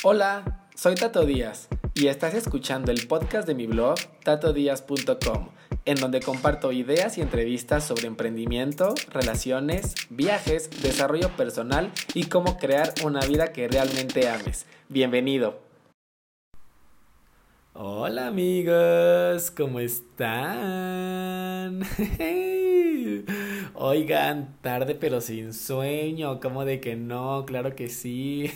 Hola, soy Tato Díaz y estás escuchando el podcast de mi blog tatodiaz.com, en donde comparto ideas y entrevistas sobre emprendimiento, relaciones, viajes, desarrollo personal y cómo crear una vida que realmente ames. Bienvenido. Hola amigos, ¿cómo están? Oigan, tarde pero sin sueño, ¿cómo de que no? Claro que sí.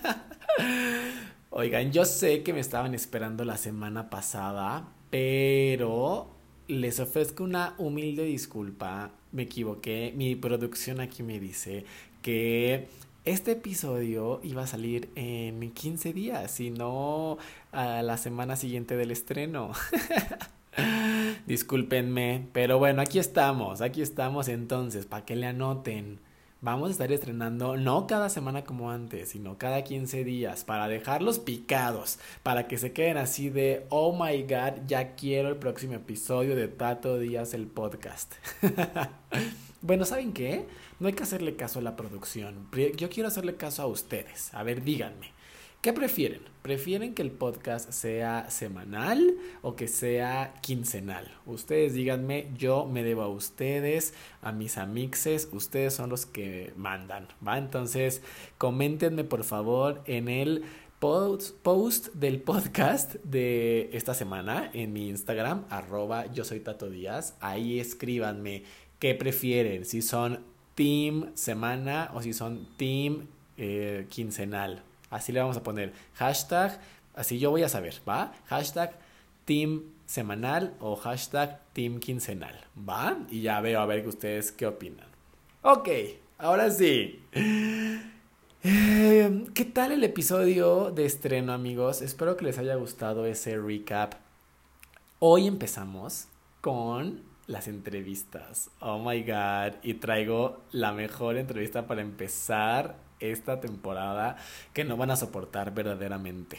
Oigan, yo sé que me estaban esperando la semana pasada, pero les ofrezco una humilde disculpa. Me equivoqué. Mi producción aquí me dice que este episodio iba a salir en 15 días y no a la semana siguiente del estreno. Discúlpenme, pero bueno, aquí estamos entonces, para que le anoten. Vamos a estar estrenando no cada semana como antes, sino cada 15 días para dejarlos picados, para que se queden así de, oh my god, ya quiero el próximo episodio de Tato Díaz el podcast. Bueno, ¿saben qué? No hay que hacerle caso a la producción, yo quiero hacerle caso a ustedes. A ver, díganme. ¿Qué prefieren? ¿Prefieren que el podcast sea semanal o que sea quincenal? Ustedes díganme, yo me debo a ustedes, a mis amixes, ustedes son los que mandan, ¿va? Entonces, coméntenme por favor en el post del podcast de esta semana en mi Instagram, @yo soy Tato Díaz. Ahí escríbanme qué prefieren, si son team semana o si son team quincenal. Así le vamos a poner hashtag, así yo voy a saber, ¿va? Hashtag team semanal o hashtag team quincenal, ¿va? Y ya veo a ver ustedes qué opinan. Ok, ahora sí. ¿Qué tal el episodio de estreno, amigos? Espero que les haya gustado ese recap. Hoy empezamos con las entrevistas. Oh my god. Y traigo la mejor entrevista para empezar esta temporada que no van a soportar verdaderamente.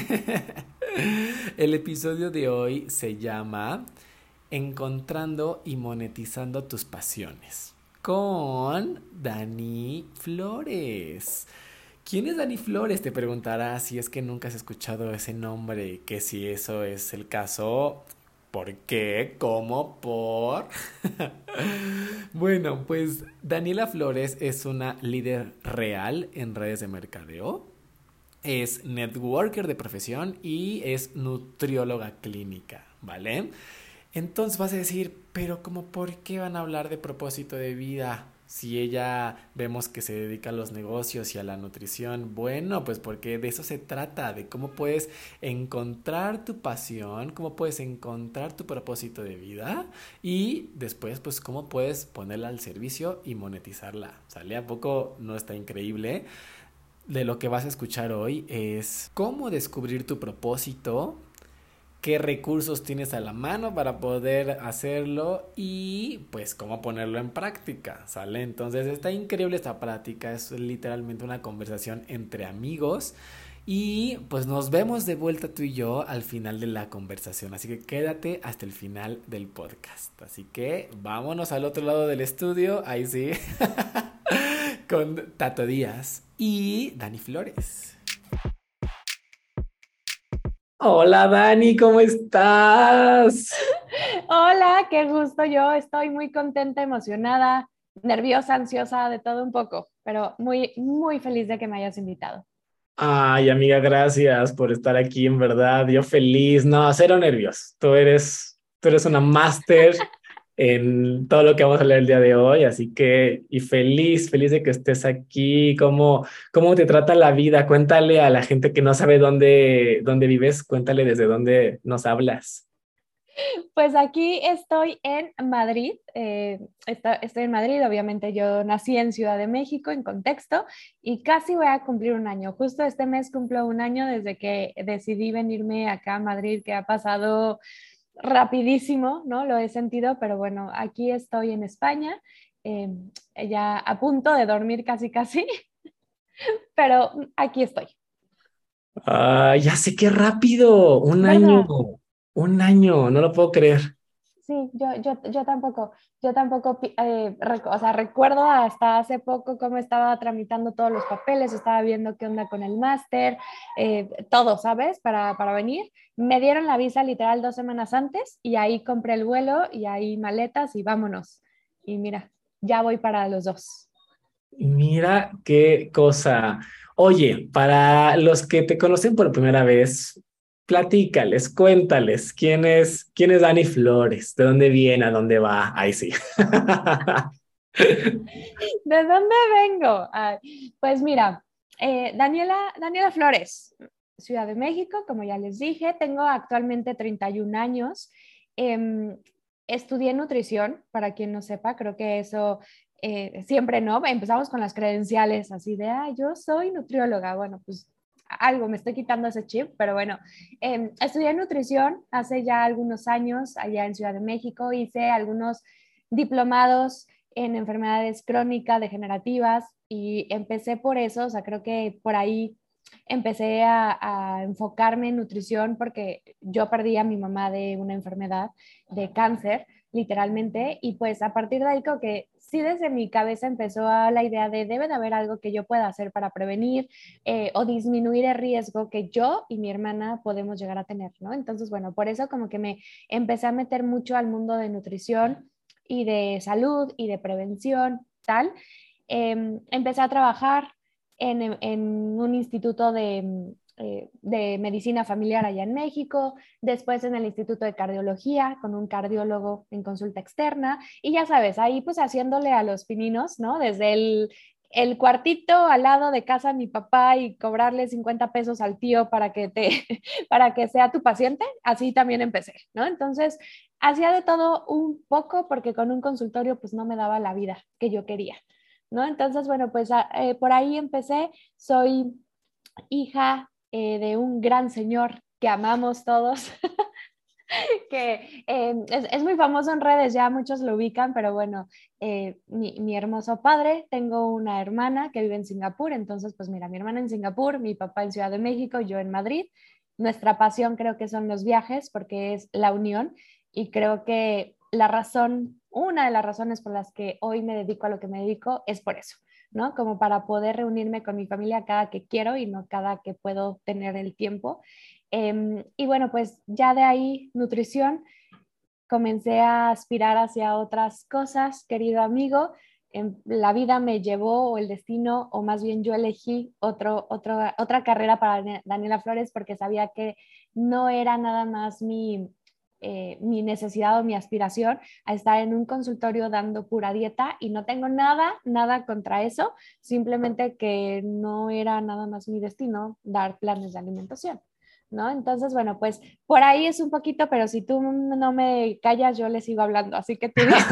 El episodio de hoy se llama Encontrando y monetizando tus pasiones con Dani Flores. ¿Quién es Dani Flores? Te preguntarás si es que nunca has escuchado ese nombre, que si eso es el caso, ¿por qué? ¿Cómo? ¿Por? Bueno, pues Daniela Flores es una líder real en redes de mercadeo, es networker de profesión y es nutrióloga clínica, ¿vale? Entonces vas a decir, pero ¿cómo por qué van a hablar de propósito de vida? Si ella vemos que se dedica a los negocios y a la nutrición, bueno, pues porque de eso se trata, de cómo puedes encontrar tu pasión, cómo puedes encontrar tu propósito de vida y después pues cómo puedes ponerla al servicio y monetizarla. ¿Sale? ¿A poco no está increíble? De lo que vas a escuchar hoy es cómo descubrir tu propósito, qué recursos tienes a la mano para poder hacerlo y pues cómo ponerlo en práctica, ¿sale? Entonces está increíble esta práctica, es literalmente una conversación entre amigos y pues nos vemos de vuelta tú y yo al final de la conversación, así que quédate hasta el final del podcast. Así que vámonos al otro lado del estudio, ahí sí, con Tato Díaz y Dani Flores. Hola Dani, ¿cómo estás? Hola, qué gusto. Yo estoy muy contenta, emocionada, nerviosa, ansiosa, de todo un poco, pero muy, muy feliz de que me hayas invitado. Ay, amiga, gracias por estar aquí, en verdad. Yo feliz. No, cero nervios. Tú eres una máster en todo lo que vamos a hablar el día de hoy, así que, y feliz de que estés aquí. ¿Cómo te trata la vida? Cuéntale a la gente que no sabe dónde vives, cuéntale desde dónde nos hablas. Pues aquí estoy en Madrid, estoy en Madrid, obviamente yo nací en Ciudad de México, en contexto, y casi voy a cumplir un año. Justo este mes cumplo un año desde que decidí venirme acá a Madrid, que ha pasado rapidísimo, ¿no? Lo he sentido, pero bueno, aquí estoy en España, eh, ya a punto de dormir casi, casi, pero aquí estoy, Ay, ya sé qué rápido. Un año, ¿verdad? un año, no lo puedo creer. sí, yo tampoco, o sea, recuerdo hasta hace poco cómo estaba tramitando todos los papeles, estaba viendo qué onda con el máster, todo, ¿sabes? Para venir. Me dieron la visa literal 2 semanas antes y ahí compré el vuelo y ahí maletas y vámonos. Y mira, ya voy para los dos. Mira qué cosa. Oye, para los que te conocen por primera vez, platícales, cuéntales, quién es Dani Flores? ¿De dónde viene? ¿A dónde va? Ahí sí. ¿De dónde vengo? Ay, pues mira, Daniela Flores, Ciudad de México, como ya les dije, tengo actualmente 31 años. Em, Estudié nutrición, para quien no sepa, creo que eso siempre no. Empezamos con las credenciales así de, yo soy nutrióloga. Bueno, pues algo, me estoy quitando ese chip, pero bueno, estudié nutrición hace ya algunos años allá en Ciudad de México, hice algunos diplomados en enfermedades crónicas degenerativas y empecé por eso, o sea, creo que por ahí empecé a enfocarme en nutrición porque yo perdí a mi mamá de una enfermedad de cáncer, literalmente, y pues a partir de ahí creo que sí desde mi cabeza empezó a la idea de debe de haber algo que yo pueda hacer para prevenir o disminuir el riesgo que yo y mi hermana podemos llegar a tener, ¿no? Entonces, bueno, por eso como que me empecé a meter mucho al mundo de nutrición y de salud y de prevención, tal. Empecé a trabajar en un instituto de medicina familiar allá en México, después en el Instituto de Cardiología con un cardiólogo en consulta externa y ya sabes, ahí pues haciéndole a los pininos, ¿no? Desde el cuartito al lado de casa de mi papá y cobrarle 50 pesos al tío para que sea tu paciente, así también empecé, ¿no? Entonces, hacía de todo un poco porque con un consultorio pues no me daba la vida que yo quería, ¿no? Entonces, bueno, pues por ahí empecé, soy hija de un gran señor que amamos todos, que es muy famoso en redes, ya muchos lo ubican, pero bueno, mi hermoso padre, tengo una hermana que vive en Singapur, entonces pues mira, mi hermana en Singapur, mi papá en Ciudad de México, yo en Madrid. Nuestra pasión creo que son los viajes porque es la unión y creo que una de las razones por las que hoy me dedico a lo que me dedico es por eso. ¿No? Como para poder reunirme con mi familia cada que quiero y no cada que puedo tener el tiempo. Y bueno, pues ya de ahí, nutrición, comencé a aspirar hacia otras cosas, querido amigo. La vida me llevó, o el destino, o más bien yo elegí otra carrera para Daniela Flores porque sabía que no era nada más mi necesidad o mi aspiración a estar en un consultorio dando pura dieta y no tengo nada contra eso, simplemente que no era nada más mi destino dar planes de alimentación. ¿No? Entonces, bueno, pues por ahí es un poquito, pero si tú no me callas, yo le sigo hablando, así que tú dices.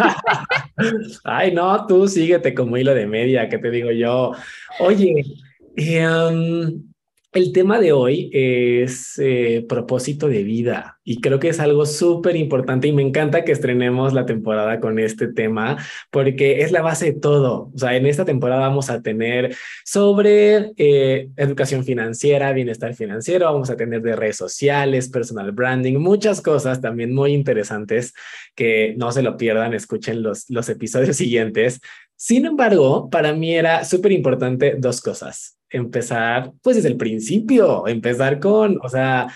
Ay, no, tú síguete como hilo de media, ¿qué te digo yo? Oye, eh, um, el tema de hoy es propósito de vida y creo que es algo súper importante y me encanta que estrenemos la temporada con este tema porque es la base de todo. O sea, en esta temporada vamos a tener sobre educación financiera, bienestar financiero, vamos a tener de redes sociales, personal branding, muchas cosas también muy interesantes que no se lo pierdan, escuchen los episodios siguientes. Sin embargo, para mí era súper importante dos cosas. Empezar, pues desde el principio, empezar con, o sea,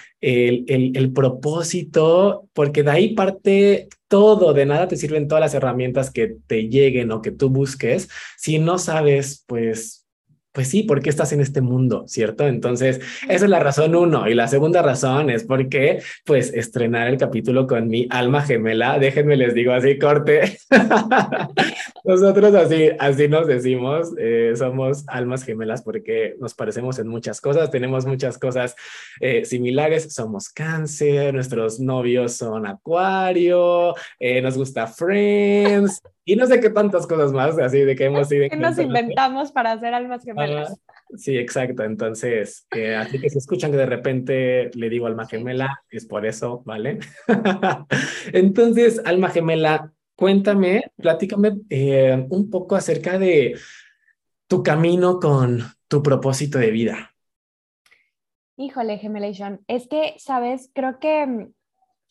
el propósito, porque de ahí parte todo, de nada te sirven todas las herramientas que te lleguen o que tú busques si no sabes, pues sí, ¿por qué estás en este mundo? ¿Cierto? Entonces, esa es la razón uno. Y la segunda razón es porque, pues, estrenar el capítulo con mi alma gemela. Déjenme les digo así, corte. Nosotros así nos decimos, somos almas gemelas porque nos parecemos en muchas cosas, tenemos muchas cosas similares, somos cáncer, nuestros novios son acuario, nos gusta Friends y no sé qué tantas cosas más, así de que hemos ido ¿Qué nos inventando. inventamos para hacer almas Ah, gemelas? sí, exacto. Entonces, así que si escuchan que de repente le digo alma Sí. gemela, es por eso, ¿vale? Entonces, alma gemela, cuéntame, platícame un poco acerca de tu camino con tu propósito de vida. Híjole, Gemelation, es que, ¿sabes? Creo que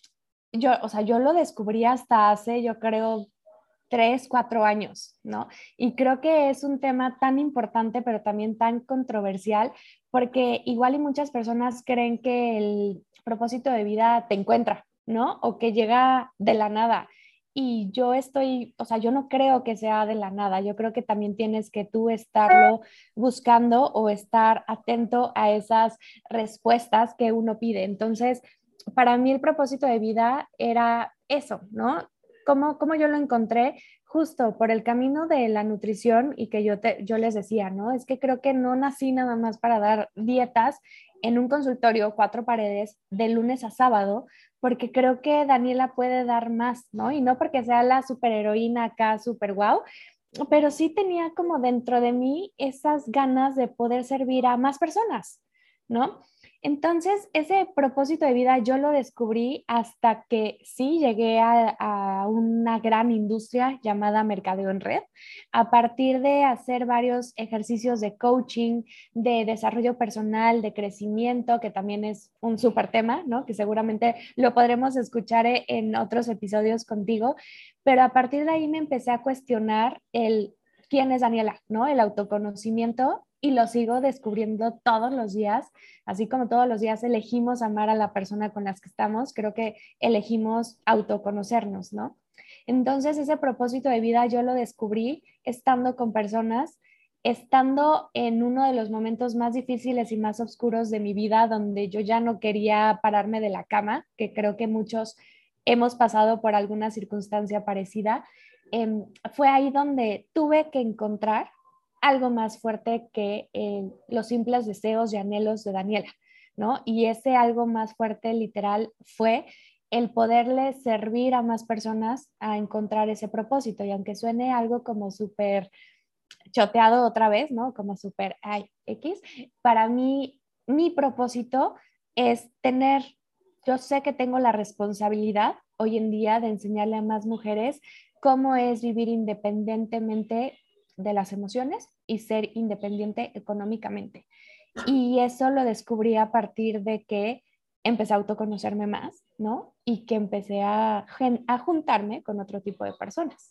yo, o sea, yo lo descubrí hasta hace, yo creo, 3, 4 años, ¿no? Y creo que es un tema tan importante, pero también tan controversial, porque igual y muchas personas creen que el propósito de vida te encuentra, ¿no? O que llega de la nada. Y yo estoy, o sea, yo no creo que sea de la nada. Yo creo que también tienes que tú estarlo buscando o estar atento a esas respuestas que uno pide. Entonces, para mí el propósito de vida era eso, ¿no? ¿Cómo yo lo encontré? Justo por el camino de la nutrición y que yo les decía, ¿no? Es que creo que no nací nada más para dar dietas en un consultorio, 4 paredes, de lunes a sábado, porque creo que Daniela puede dar más, ¿no? Y no porque sea la superheroína acá, super wow, pero sí tenía como dentro de mí esas ganas de poder servir a más personas, ¿no? Entonces, ese propósito de vida yo lo descubrí hasta que sí llegué a una gran industria llamada Mercadeo en Red, a partir de hacer varios ejercicios de coaching, de desarrollo personal, de crecimiento, que también es un súper tema, ¿no? Que seguramente lo podremos escuchar en otros episodios contigo, pero a partir de ahí me empecé a cuestionar el quién es Daniela, ¿no? El autoconocimiento y lo sigo descubriendo todos los días, así como todos los días elegimos amar a la persona con las que estamos, creo que elegimos autoconocernos, ¿no? Entonces ese propósito de vida yo lo descubrí estando con personas, estando en uno de los momentos más difíciles y más oscuros de mi vida, donde yo ya no quería pararme de la cama, que creo que muchos hemos pasado por alguna circunstancia parecida, fue ahí donde tuve que encontrar algo más fuerte que los simples deseos y anhelos de Daniela, ¿no? Y ese algo más fuerte literal fue el poderle servir a más personas a encontrar ese propósito. Y aunque suene algo como súper choteado otra vez, ¿no? Como súper, ay, X, para mí, mi propósito es tener, yo sé que tengo la responsabilidad hoy en día de enseñarle a más mujeres cómo es vivir independientemente de las emociones y ser independiente económicamente. Y eso lo descubrí a partir de que empecé a autoconocerme más, ¿no? Y que empecé a juntarme con otro tipo de personas.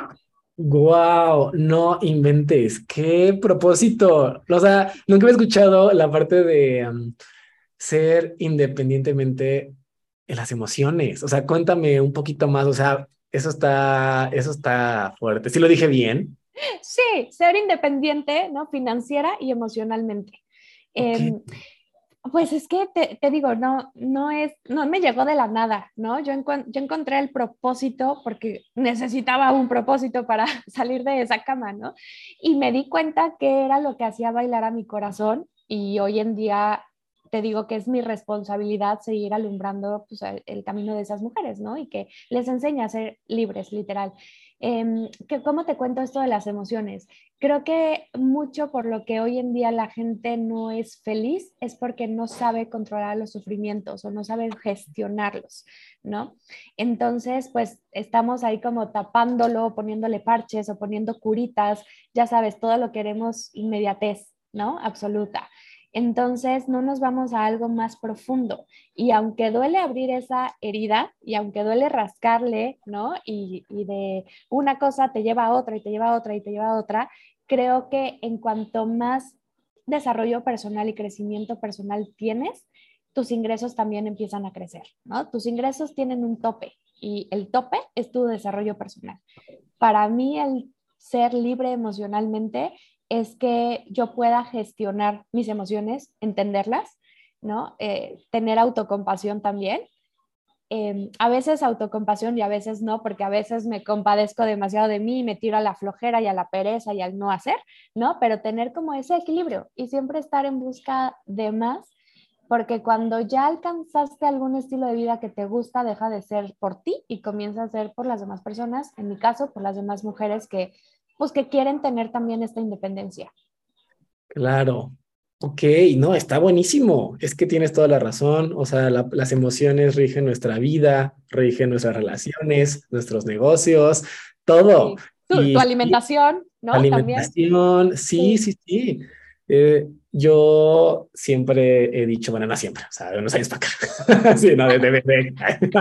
Wow, no inventes, qué propósito. O sea, nunca había escuchado la parte de ser independientemente en las emociones. O sea, cuéntame un poquito más. O sea, eso está fuerte. ¿Sí lo dije bien? Sí, ser independiente, ¿no? Financiera y emocionalmente. Ok. Eh, pues es que te digo, no me llegó de la nada, ¿no? Yo encontré el propósito porque necesitaba un propósito para salir de esa cama, ¿no? Y me di cuenta que era lo que hacía bailar a mi corazón y hoy en día te digo que es mi responsabilidad seguir alumbrando pues, el camino de esas mujeres, ¿no? Y que les enseñe a ser libres, literal. ¿Cómo te cuento esto de las emociones? Creo que mucho por lo que hoy en día la gente no es feliz es porque no sabe controlar los sufrimientos o no sabe gestionarlos, ¿no? Entonces, pues estamos ahí como tapándolo, poniéndole parches o poniendo curitas, ya sabes, todo lo queremos inmediatez, ¿no? Absoluta. Entonces, no nos vamos a algo más profundo. Y aunque duele abrir esa herida y aunque duele rascarle, ¿no? Y de una cosa te lleva a otra y te lleva a otra y te lleva a otra, creo que en cuanto más desarrollo personal y crecimiento personal tienes, tus ingresos también empiezan a crecer, ¿no? Tus ingresos tienen un tope y el tope es tu desarrollo personal. Para mí, el ser libre emocionalmente es que yo pueda gestionar mis emociones, entenderlas, ¿no? Tener autocompasión también, a veces autocompasión y a veces no, porque a veces me compadezco demasiado de mí y me tiro a la flojera y a la pereza y al no hacer, ¿no? Pero tener como ese equilibrio y siempre estar en busca de más, porque cuando ya alcanzaste algún estilo de vida que te gusta, deja de ser por ti y comienza a ser por las demás personas, en mi caso, por las demás mujeres que, pues, que quieren tener también esta independencia. Claro. Ok, no, está buenísimo. Es que tienes toda la razón. O sea, las emociones rigen nuestra vida, rigen nuestras relaciones, nuestros negocios, todo. Sí. Tu Y sí, alimentación, ¿no? También. alimentación, sí, Sí. sí, sí. Yo siempre he dicho, bueno, no siempre, o sea, de unos años para acá, sí, no, desde bebé,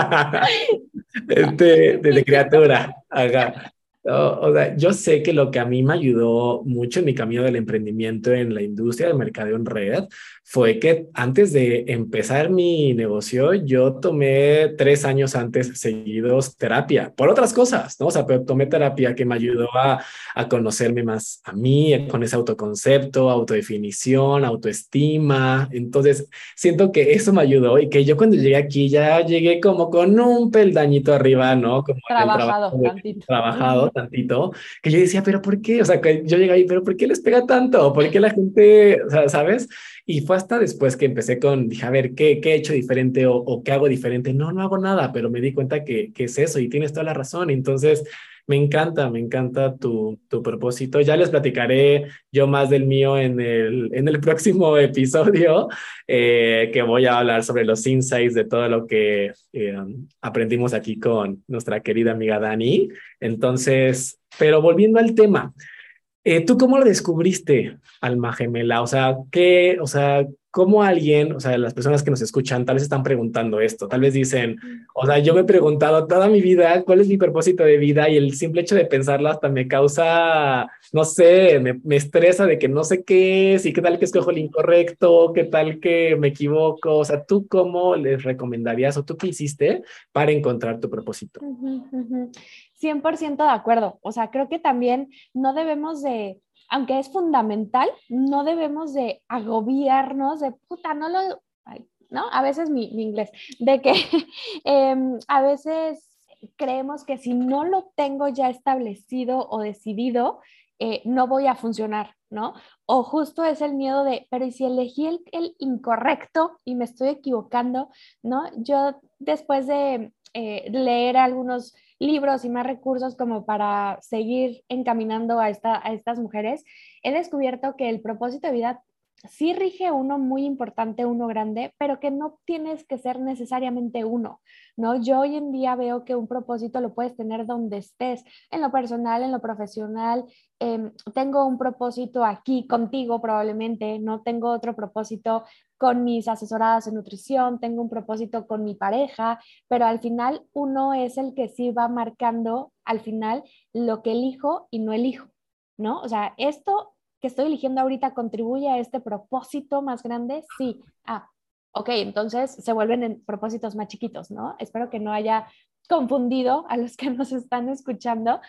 desde criatura, haga. No, o sea, yo sé que lo que a mí me ayudó mucho en mi camino del emprendimiento en la industria del mercadeo en red fue que antes de empezar mi negocio, yo tomé 3 años antes seguidos terapia por otras cosas, ¿no? O sea, pero tomé terapia que me ayudó a conocerme más a mí, con ese autoconcepto, autodefinición, autoestima. Entonces, siento que eso me ayudó y que yo cuando llegué aquí ya llegué como con un peldañito arriba, ¿no? Como en el trabajo Trabajado tantito. trabajado tantito, que yo decía, pero ¿por qué? O sea, que yo llegué ahí, pero ¿por qué les pega tanto? ¿Por qué la gente, o sea, sabes? Y fue hasta después que empecé dije, a ver, ¿qué he hecho diferente o qué hago diferente? No, no hago nada, pero me di cuenta que es eso y tienes toda la razón. Entonces, me encanta tu propósito. Ya les platicaré yo más del mío en el próximo episodio, que voy a hablar sobre los insights de todo lo que aprendimos aquí con nuestra querida amiga Dani. Entonces, pero volviendo al tema, ¿tú cómo lo descubriste, Alma Gemela? O sea, cómo alguien, o sea, las personas que nos escuchan tal vez están preguntando esto, tal vez dicen, o sea, yo me he preguntado toda mi vida cuál es mi propósito de vida y el simple hecho de pensarlo hasta me causa, no sé, me estresa de que no sé qué es y qué tal que escojo el incorrecto, qué tal que me equivoco. O sea, ¿tú cómo les recomendarías o tú qué hiciste para encontrar tu propósito? Ujú, ujú. 100% de acuerdo. O sea, creo que también no debemos de, aunque es fundamental, no debemos de agobiarnos de puta, no lo, ay, ¿no? A veces mi inglés, de que a veces creemos que si no lo tengo ya establecido o decidido, no voy a funcionar, ¿no? O justo es el miedo de, pero ¿y si elegí el incorrecto y me estoy equivocando, ¿no? Yo después de leer algunos libros y más recursos como para seguir encaminando a estas mujeres, he descubierto que el propósito de vida sí rige uno muy importante, uno grande, pero que no tienes que ser necesariamente uno, ¿no? Yo hoy en día veo que un propósito lo puedes tener donde estés, en lo personal, en lo profesional. Tengo un propósito aquí contigo probablemente, no tengo otro propósito con mis asesoradas en nutrición, tengo un propósito con mi pareja, pero al final uno es el que sí va marcando al final lo que elijo y no elijo, ¿no? O sea, esto que estoy eligiendo ahorita contribuye a este propósito más grande, sí. Ah, ok, entonces se vuelven en propósitos más chiquitos, ¿no? Espero que no haya confundido a los que nos están escuchando,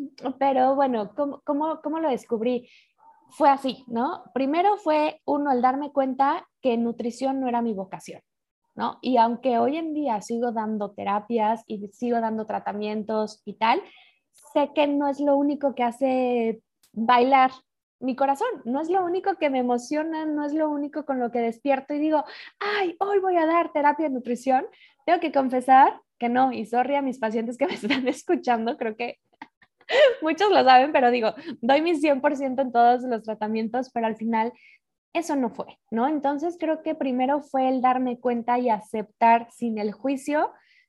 pero bueno, ¿cómo lo descubrí? Fue así, ¿no? Primero fue uno, el darme cuenta que nutrición no era mi vocación, ¿no? Y aunque hoy en día sigo dando terapias y sigo dando tratamientos y tal, sé que no es lo único que hace bailar mi corazón, no es lo único que me emociona, no es lo único con lo que despierto y digo, ay, hoy voy a dar terapia de nutrición. Tengo que confesar que no, y sorry a mis pacientes que me están escuchando, creo que muchos lo saben, pero digo, doy mi 100% en todos los tratamientos, pero al final eso no fue, ¿no? Entonces creo que primero fue el darme cuenta y aceptar sin el juicio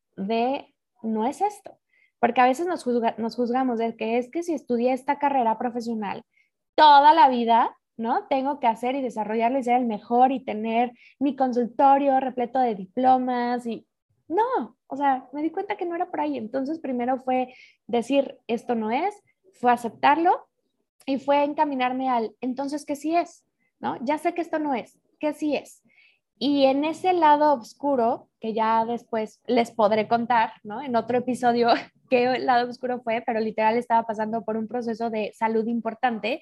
de no es esto, porque a veces nos juzgamos de que es que si estudié esta carrera profesional toda la vida, ¿no? Tengo que hacer y desarrollarlo y ser el mejor y tener mi consultorio repleto de diplomas y no, o sea, me di cuenta que no era por ahí. Entonces primero fue decir esto no es, fue aceptarlo y fue encaminarme al entonces qué sí es, ¿no? Ya sé que esto no es, qué sí es. Y en ese lado oscuro, que ya después les podré contar, ¿no? En otro episodio qué lado oscuro fue, pero literal estaba pasando por un proceso de salud importante,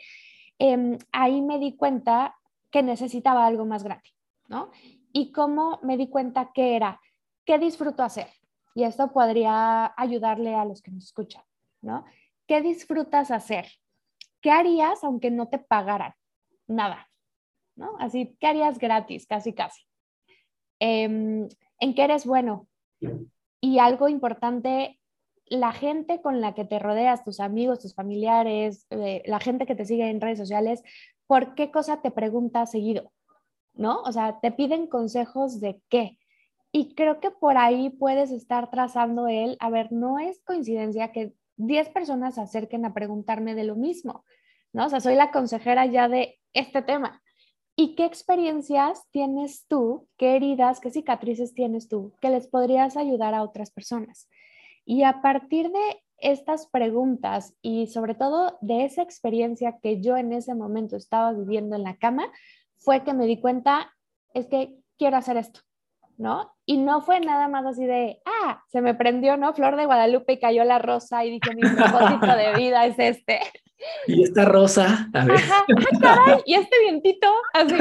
ahí me di cuenta que necesitaba algo más grande, ¿no? Y cómo me di cuenta que era, ¿qué disfruto hacer? Y esto podría ayudarle a los que nos escuchan, ¿no? ¿Qué disfrutas hacer? ¿Qué harías aunque no te pagaran? Nada, ¿no? Así, ¿qué harías gratis? Casi, casi. ¿En qué eres bueno? Y algo importante, la gente con la que te rodeas, tus amigos, tus familiares, la gente que te sigue en redes sociales, ¿por qué cosa te pregunta seguido? ¿No? O sea, te piden consejos de qué. Y creo que por ahí puedes estar trazando el, a ver, no es coincidencia que 10 personas se acerquen a preguntarme de lo mismo, ¿no? O sea, soy la consejera ya de este tema. ¿Y qué experiencias tienes tú, qué heridas, qué cicatrices tienes tú que les podrías ayudar a otras personas? Y a partir de estas preguntas y sobre todo de esa experiencia que yo en ese momento estaba viviendo en la cama, fue que me di cuenta, es que quiero hacer esto, ¿no? Y no fue nada más así de, se me prendió, ¿no? Flor de Guadalupe y cayó la rosa y dije, mi propósito de vida es este. Y esta rosa, a ver. Ajá, caray, y este vientito, así,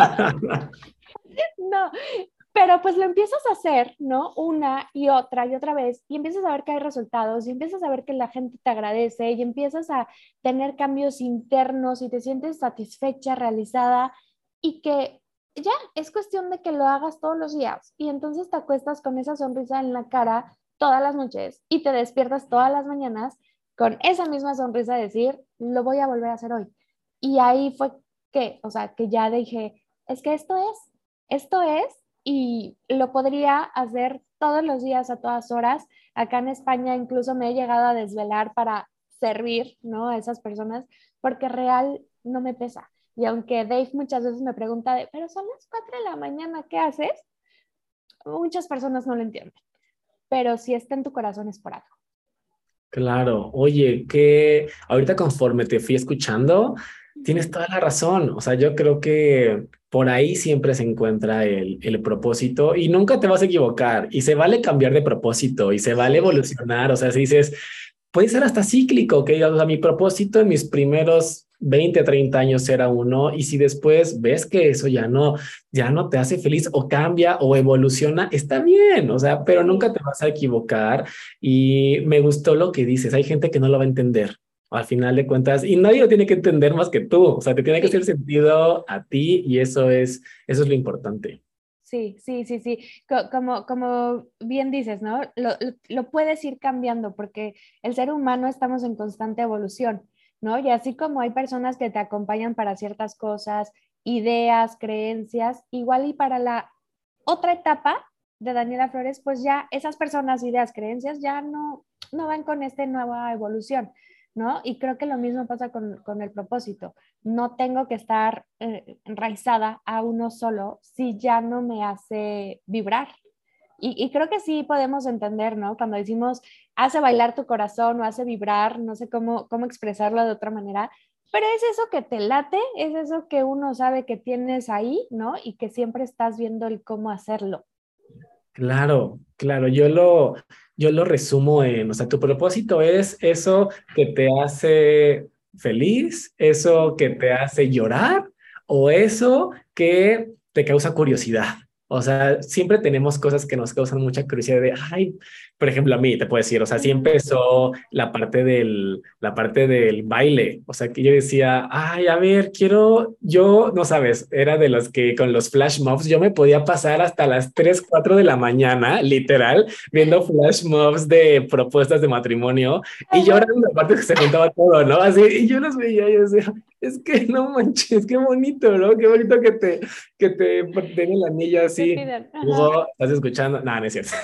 no, pero pues lo empiezas a hacer, ¿no? Una y otra vez, y empiezas a ver que hay resultados, y empiezas a ver que la gente te agradece, y empiezas a tener cambios internos y te sientes satisfecha, realizada, y que ya es cuestión de que lo hagas todos los días. Y entonces te acuestas con esa sonrisa en la cara todas las noches y te despiertas todas las mañanas con esa misma sonrisa de decir, lo voy a volver a hacer hoy. Y ahí fue que, o sea, que ya dije, es que esto es, y lo podría hacer todos los días a todas horas. Acá en España incluso me he llegado a desvelar para servir, ¿no? A esas personas, porque real no me pesa. Y aunque Dave muchas veces me pregunta de, pero son las 4 de la mañana, ¿qué haces? Muchas personas no lo entienden, pero si está en tu corazón es por algo. Claro, oye, que ahorita conforme te fui escuchando, tienes toda la razón. O sea, yo creo que por ahí siempre se encuentra el propósito y nunca te vas a equivocar y se vale cambiar de propósito y se vale evolucionar. O sea, si dices, puede ser hasta cíclico, que digas, o sea, mi propósito en mis primeros 20 30 años era uno, y si después ves que eso ya no te hace feliz o cambia o evoluciona, está bien, o sea, pero nunca te vas a equivocar. Y me gustó lo que dices, hay gente que no lo va a entender al final de cuentas y nadie lo tiene que entender más que tú, o sea, te tiene que hacer Sí. sentido a ti y eso es lo importante. Sí, sí, sí, sí. Como bien dices, ¿no? Lo puedes ir cambiando porque el ser humano estamos en constante evolución, ¿no? Y así como hay personas que te acompañan para ciertas cosas, ideas, creencias, igual y para la otra etapa de Daniela Flores, pues ya esas personas, ideas, creencias ya no van con esta nueva evolución, ¿no? Y creo que lo mismo pasa con el propósito. No tengo que estar enraizada a uno solo si ya no me hace vibrar. Y creo que sí podemos entender, ¿no? Cuando decimos hace bailar tu corazón o hace vibrar, no sé cómo expresarlo de otra manera, pero es eso que te late, es eso que uno sabe que tienes ahí, ¿no? Y que siempre estás viendo el cómo hacerlo. Claro, claro, yo lo resumo en, o sea, tu propósito es eso que te hace feliz, eso que te hace llorar o eso que te causa curiosidad. O sea, siempre tenemos cosas que nos causan mucha curiosidad de, ay, por ejemplo, a mí te puedo decir, o sea, sí Ujú. empezó la parte del baile, o sea, que yo decía, ay, a ver, yo, no sabes, era de los que con los flash mobs yo me podía pasar hasta las 3 4 de la mañana, literal, viendo flash mobs de propuestas de matrimonio y yo era Ajá. la parte que se juntaba todo, ¿no? Así, y yo los veía y yo decía, es que no manches, qué bonito, ¿no? Qué bonito que te den el anillo Te así. piden, ajá. Hugo, ¿estás escuchando? No, no es cierto.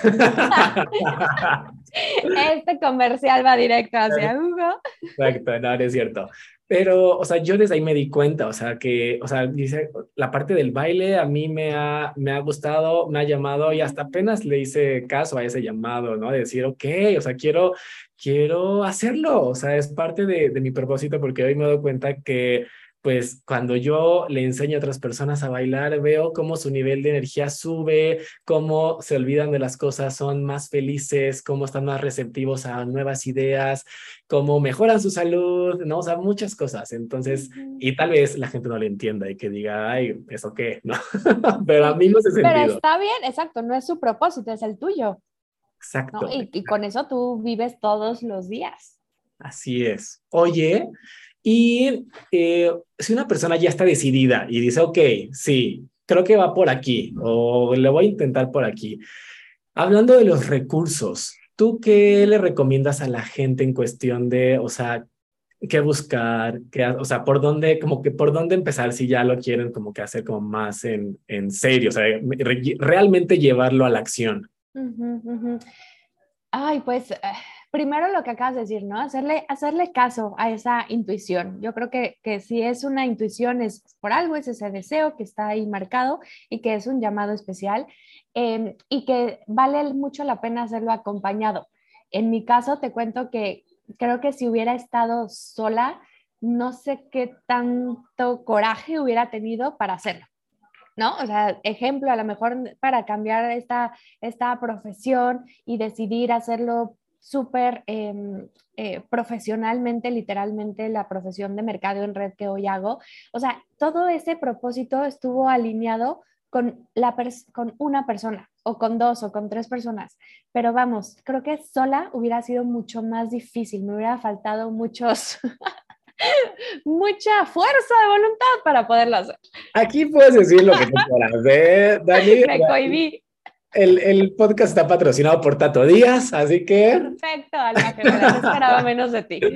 Este comercial va directo hacia Hugo. Exacto, no, no es cierto. Pero, o sea, yo desde ahí me di cuenta, o sea, que, o sea, dice, la parte del baile a mí me ha gustado, me ha llamado y hasta apenas le hice caso a ese llamado, ¿no? De decir, ok, o sea, quiero hacerlo, o sea, es parte de mi propósito porque hoy me doy cuenta que, pues, cuando yo le enseño a otras personas a bailar, veo cómo su nivel de energía sube, cómo se olvidan de las cosas, son más felices, cómo están más receptivos a nuevas ideas, cómo mejoran su salud, ¿no? O sea, muchas cosas. Entonces, Ujú. y tal vez la gente no lo entienda y que diga, ay, ¿eso qué? ¿No? Pero a Sí, mí me hace pero sentido. está bien, exacto, no es su propósito, es el tuyo, ¿no? Exacto, Y con eso tú vives todos los días. así es. Oye, y si una persona ya está decidida y dice, ok, sí, creo que va por aquí o le voy a intentar por aquí. Hablando de los recursos, ¿tú qué le recomiendas a la gente en cuestión de, o sea, qué buscar, o sea, por dónde, como que por dónde empezar si ya lo quieren como que hacer como más en serio, o sea, realmente llevarlo a la acción? Ujú, ujú. Ay, pues primero lo que acabas de decir, ¿no? Hacerle caso a esa intuición. Yo creo que si es una intuición es por algo, es ese deseo que está ahí marcado y que es un llamado especial, y que vale mucho la pena hacerlo acompañado. En mi caso, te cuento que creo que si hubiera estado sola, no sé qué tanto coraje hubiera tenido para hacerlo. ¿No? O sea, ejemplo, a lo mejor para cambiar esta profesión y decidir hacerlo súper profesionalmente, literalmente, la profesión de mercado en red que hoy hago. O sea, todo ese propósito estuvo alineado con una persona o con dos o con tres personas. Pero vamos, creo que sola hubiera sido mucho más difícil, me hubiera faltado mucha fuerza de voluntad para poderlo hacer. Aquí puedes decir lo que tú quieras, ¿eh, Dani? Me cohibí. El podcast está patrocinado por Tato Díaz, así que... Perfecto, Alma Gemela, no esperaba menos de ti.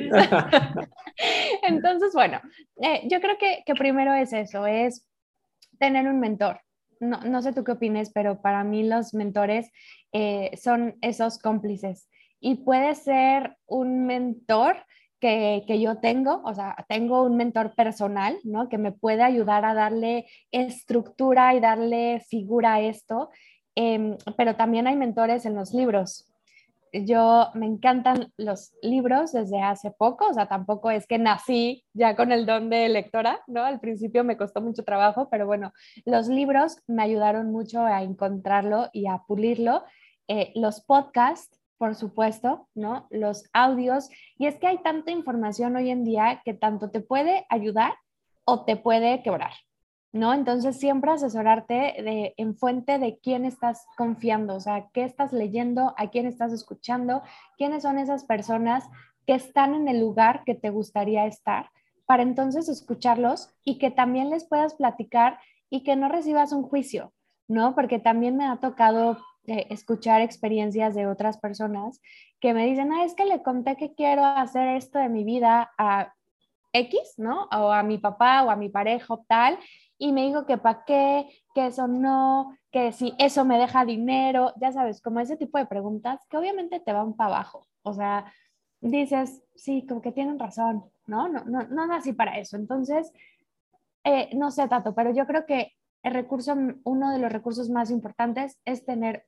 Entonces, bueno, yo creo que primero es eso, es tener un mentor. No sé tú qué opines, pero para mí los mentores son esos cómplices. Y puede ser un mentor que yo tengo, o sea, tengo un mentor personal, ¿no? Que me puede ayudar a darle estructura y darle figura a esto, pero también hay mentores en los libros. Yo me encantan los libros desde hace poco, o sea, tampoco es que nací ya con el don de lectora, ¿no? Al principio me costó mucho trabajo, pero bueno, los libros me ayudaron mucho a encontrarlo y a pulirlo. Los podcasts, por supuesto, ¿no? Los audios. Y es que hay tanta información hoy en día que tanto te puede ayudar o te puede quebrar. ¿No? Entonces siempre asesorarte en fuente de quién estás confiando, o sea, qué estás leyendo, a quién estás escuchando, quiénes son esas personas que están en el lugar que te gustaría estar, para entonces escucharlos y que también les puedas platicar y que no recibas un juicio, ¿no? Porque también me ha tocado escuchar experiencias de otras personas que me dicen, es que le conté que quiero hacer esto de mi vida a X, ¿no? O a mi papá o a mi pareja o tal, y me dijo que para qué, que eso no, que si eso me deja dinero, ya sabes, como ese tipo de preguntas que obviamente te van para abajo. O sea, dices, sí, como que tienen razón, ¿no? No nací para eso. Entonces, no sé, Tato, pero yo creo que uno de los recursos más importantes es tener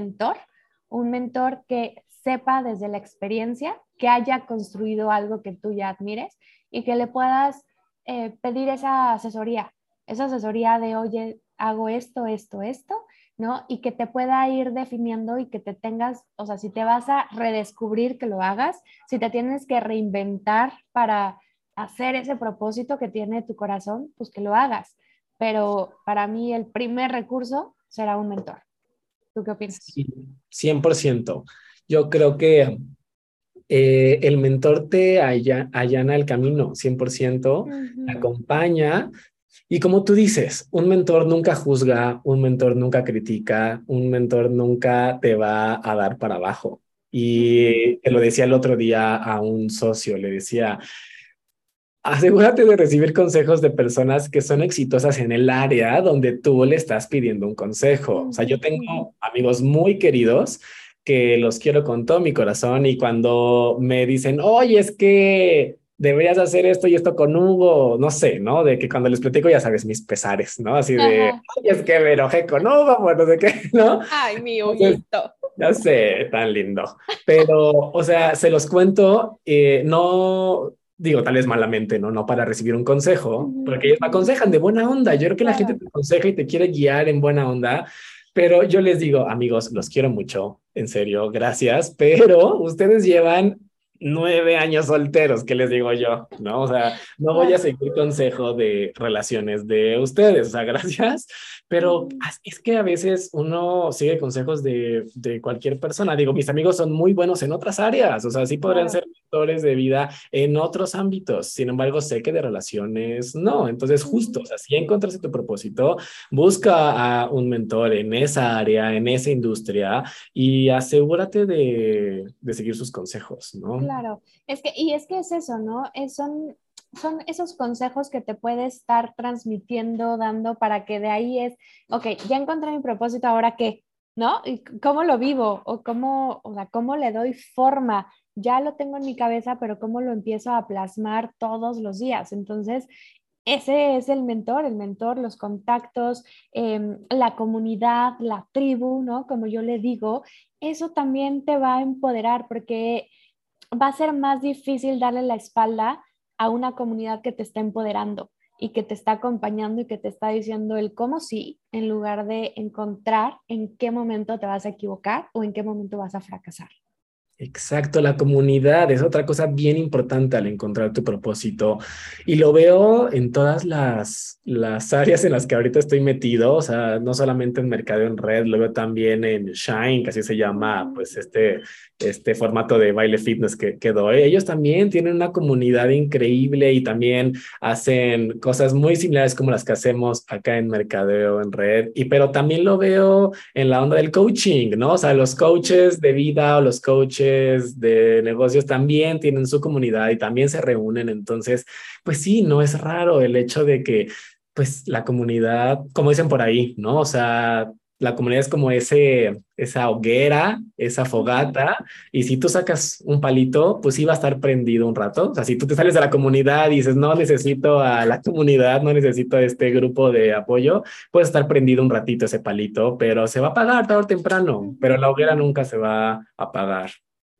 un mentor que sepa desde la experiencia, que haya construido algo que tú ya admires y que le puedas pedir esa asesoría de, oye, hago esto, ¿no? Y que te pueda ir definiendo y que te tengas, o sea, si te vas a redescubrir, que lo hagas, si te tienes que reinventar para hacer ese propósito que tiene tu corazón, pues que lo hagas. Pero para mí el primer recurso será un mentor. ¿Tú qué opinas? Sí, 100%. Yo creo que el mentor te allana el camino, 100%, te Ujú, acompaña. Y como tú dices, un mentor nunca juzga, un mentor nunca critica, un mentor nunca te va a dar para abajo. ujú. Y te lo decía el otro día a un socio, le decía, asegúrate de recibir consejos de personas que son exitosas en el área donde tú le estás pidiendo un consejo. O sea, yo Ujú, ujú. tengo amigos muy queridos que los quiero con todo mi corazón y cuando me dicen, oye, es que deberías hacer esto y esto con Hugo, no sé, ¿no? De que cuando les platico, ya sabes, mis pesares, ¿no? Así de, Ajá. oye, es que me enojé con Hugo, pues no sé qué, ¿no? Ay, mi Entonces, Huguito. ya sé, tan lindo. Pero, o sea, se los cuento, no digo tal vez malamente, ¿no? No para recibir un consejo, Ujú, porque ellos me ujú. aconsejan de buena onda. Yo creo que la gente Claro. te aconseja y te quiere guiar en buena onda, pero yo les digo, amigos, los quiero mucho, en serio, gracias, pero ustedes llevan 9 años solteros, ¿qué les digo yo? ¿No? O sea, no voy a Claro. seguir consejo de relaciones de ustedes, o sea, gracias, pero Ujú, es que a veces uno sigue consejos de cualquier persona. Digo, mis amigos son muy buenos en otras áreas, o sea, sí podrían claro. ser mentores de vida en otros ámbitos. Sin embargo, sé que de relaciones no. Entonces, justo, o Ujú. sea, si encontraste tu propósito, busca a un mentor en esa área, en esa industria y asegúrate de seguir sus consejos, ¿no? Claro, y es que es eso, ¿no? Son esos consejos que te puede estar transmitiendo, dando para que de ahí ok, ya encontré mi propósito, ¿ahora qué? ¿no? Y cómo lo vivo o cómo, o sea, cómo le doy forma. Ya lo tengo en mi cabeza, pero cómo lo empiezo a plasmar todos los días. Entonces, ese es el mentor, los contactos, la comunidad, la tribu, ¿no? Como yo le digo, eso también te va a empoderar porque va a ser más difícil darle la espalda a una comunidad que te está empoderando y que te está acompañando y que te está diciendo el cómo sí, en lugar de encontrar en qué momento te vas a equivocar o en qué momento vas a fracasar. Exacto, la comunidad es otra cosa bien importante al encontrar tu propósito y lo veo en todas las áreas en las que ahorita estoy metido, o sea, no solamente en mercadeo en red, lo veo también en Shine, que así se llama, pues este formato de baile fitness que doy. Ellos también tienen una comunidad increíble y también hacen cosas muy similares como las que hacemos acá en mercadeo en red, y pero también lo veo en la onda del coaching, ¿no? O sea, los coaches de vida o los coaches de negocios también tienen su comunidad y también se reúnen. Entonces, pues sí, no es raro el hecho de que, pues la comunidad, como dicen por ahí, ¿no? O sea, la comunidad es como esa hoguera, esa Ujú. fogata, y si tú sacas un palito, pues sí va a estar prendido un rato. O sea, si tú te sales de la comunidad y dices, no necesito a la comunidad, no necesito a este grupo de apoyo, puede estar prendido un ratito ese palito, pero se va a apagar tarde o temprano, pero Ujú, la hoguera ujú. nunca se va a apagar.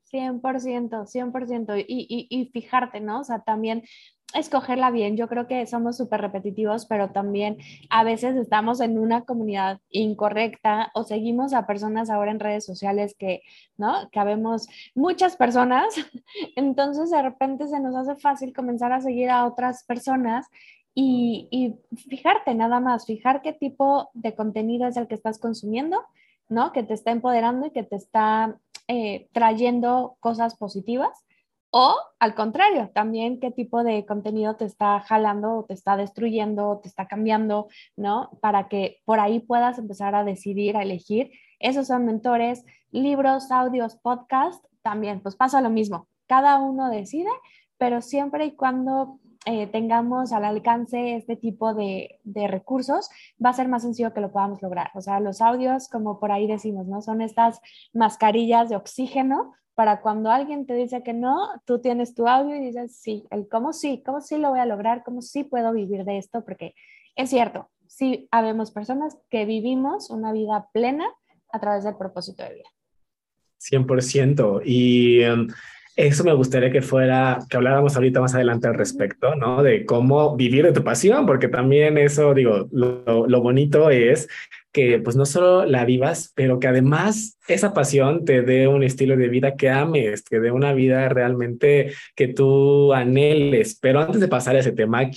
100%, 100%. Y fijarte, ¿no? O sea, también escogerla bien. Yo creo que somos súper repetitivos, pero también a veces estamos en una comunidad incorrecta o seguimos a personas ahora en redes sociales que, ¿no? Que habemos muchas personas. Entonces, de repente se nos hace fácil comenzar a seguir a otras personas. Y fijarte nada más, fijar qué tipo de contenido es el que estás consumiendo, ¿no? Que te está empoderando y que te está trayendo cosas positivas o al contrario, también qué tipo de contenido te está jalando o te está destruyendo o te está cambiando, ¿no? Para que por ahí puedas empezar a decidir, a elegir. Esos son mentores, libros, audios, podcast, también, pues pasa lo mismo. Cada uno decide, pero siempre y cuando tengamos al alcance este tipo de recursos, va a ser más sencillo que lo podamos lograr. O sea, los audios, como por ahí decimos, ¿no? Son estas mascarillas de oxígeno para cuando alguien te dice que no, tú tienes tu audio y dices, cómo sí lo voy a lograr, cómo sí puedo vivir de esto, porque es cierto, sí habemos personas que vivimos una vida plena a través del propósito de vida. 100%. Y eso me gustaría que fuera, que habláramos ahorita más adelante al Ujú. respecto, ¿no? De cómo vivir de tu pasión, porque también eso, digo, lo bonito es que pues no solo la vivas, pero que además esa pasión te dé un estilo de vida que ames, que dé una vida realmente que tú anheles. Pero antes de pasar a ese tema,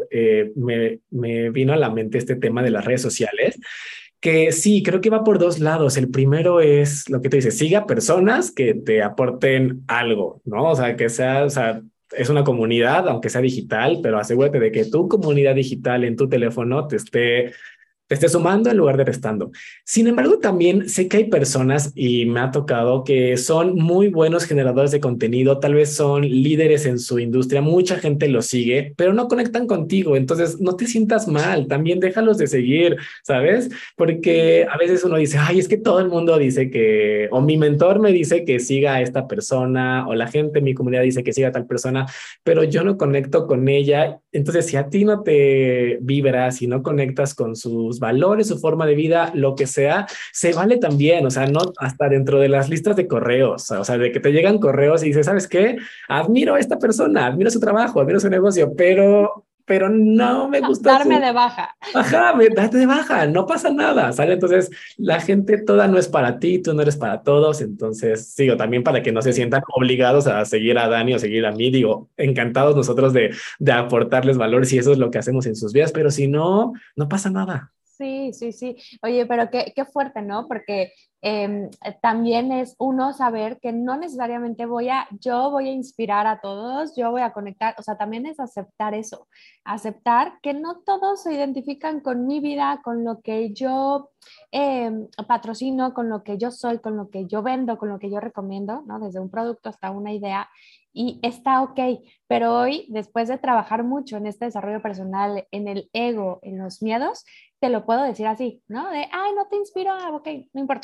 me vino a la mente este tema de las redes sociales, que sí, creo que va por dos lados. El primero es lo que te dice, siga personas que te aporten algo, ¿no? O sea, que sea, o sea, es una comunidad, aunque sea digital, pero asegúrate de que tu comunidad digital en tu teléfono te esté sumando en lugar de restando. Sin embargo, también sé que hay personas, y me ha tocado, que son muy buenos generadores de contenido, tal vez son líderes en su industria, mucha gente los sigue, pero no conectan contigo. Entonces, no te sientas mal, también déjalos de seguir, ¿sabes? Porque a veces uno dice, ay, es que todo el mundo dice que, o mi mentor me dice que siga a esta persona, o la gente en mi comunidad dice que siga a tal persona, pero yo no conecto con ella. Entonces, si a ti no te vibra, si no conectas con sus valores, su forma de vida, lo que sea, se vale también. O sea, no hasta dentro de las listas de correos, o sea, de que te llegan correos y dices, ¿sabes qué? Admiro a esta persona, admiro su trabajo, admiro su negocio, pero no me gusta Darme su. de baja. Ajá, date de baja, no pasa nada, ¿sale? Entonces, la gente toda no es para ti, tú no eres para todos, entonces, digo, también para que no se Sí. sientan obligados a seguir a Dani o seguir a mí, digo, encantados nosotros de aportarles valor si eso es lo que hacemos en sus vidas, pero si no, no pasa nada. Sí, sí, sí. Oye, pero qué fuerte, ¿no? Porque también es uno saber que no necesariamente yo voy a inspirar a todos, yo voy a conectar, o sea, también es aceptar eso, aceptar que no todos se identifican con mi vida, con lo que yo patrocino, con lo que yo soy, con lo que yo vendo, con lo que yo recomiendo, ¿no? Desde un producto hasta una idea. Y está ok, pero hoy, después de trabajar mucho en este desarrollo personal, en el ego, en los miedos, te lo puedo decir así, ¿no? De, ay, no te inspiro, ok, no importa.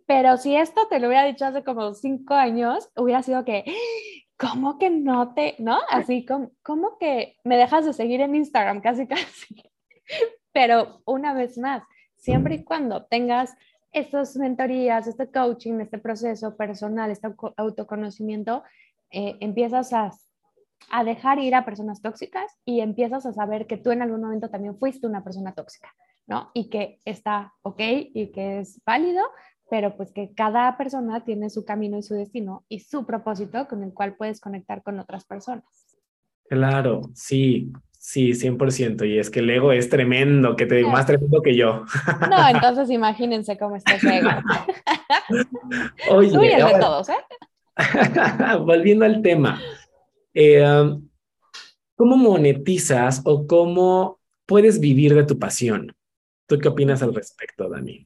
Pero si esto te lo hubiera dicho hace como 5 años, hubiera sido que, ¿cómo que no te, no? Así como, ¿cómo que me dejas de seguir en Instagram? Casi, casi. Pero una vez más, siempre y cuando tengas estas mentorías, este coaching, este proceso personal, este autoconocimiento, empiezas a dejar ir a personas tóxicas y empiezas a saber que tú en algún momento también fuiste una persona tóxica, ¿no? Y que está ok y que es válido, pero pues que cada persona tiene su camino y su destino y su propósito con el cual puedes conectar con otras personas. Claro, sí, sí, 100%. Y es que el ego es tremendo, que te digo, más tremendo que yo. No, entonces imagínense cómo está ese ego. Tú y Oye, el de ahora, todos, ¿eh? volviendo al tema, eh, ¿cómo monetizas o cómo puedes vivir de tu pasión? ¿Tú qué opinas al respecto, Dani?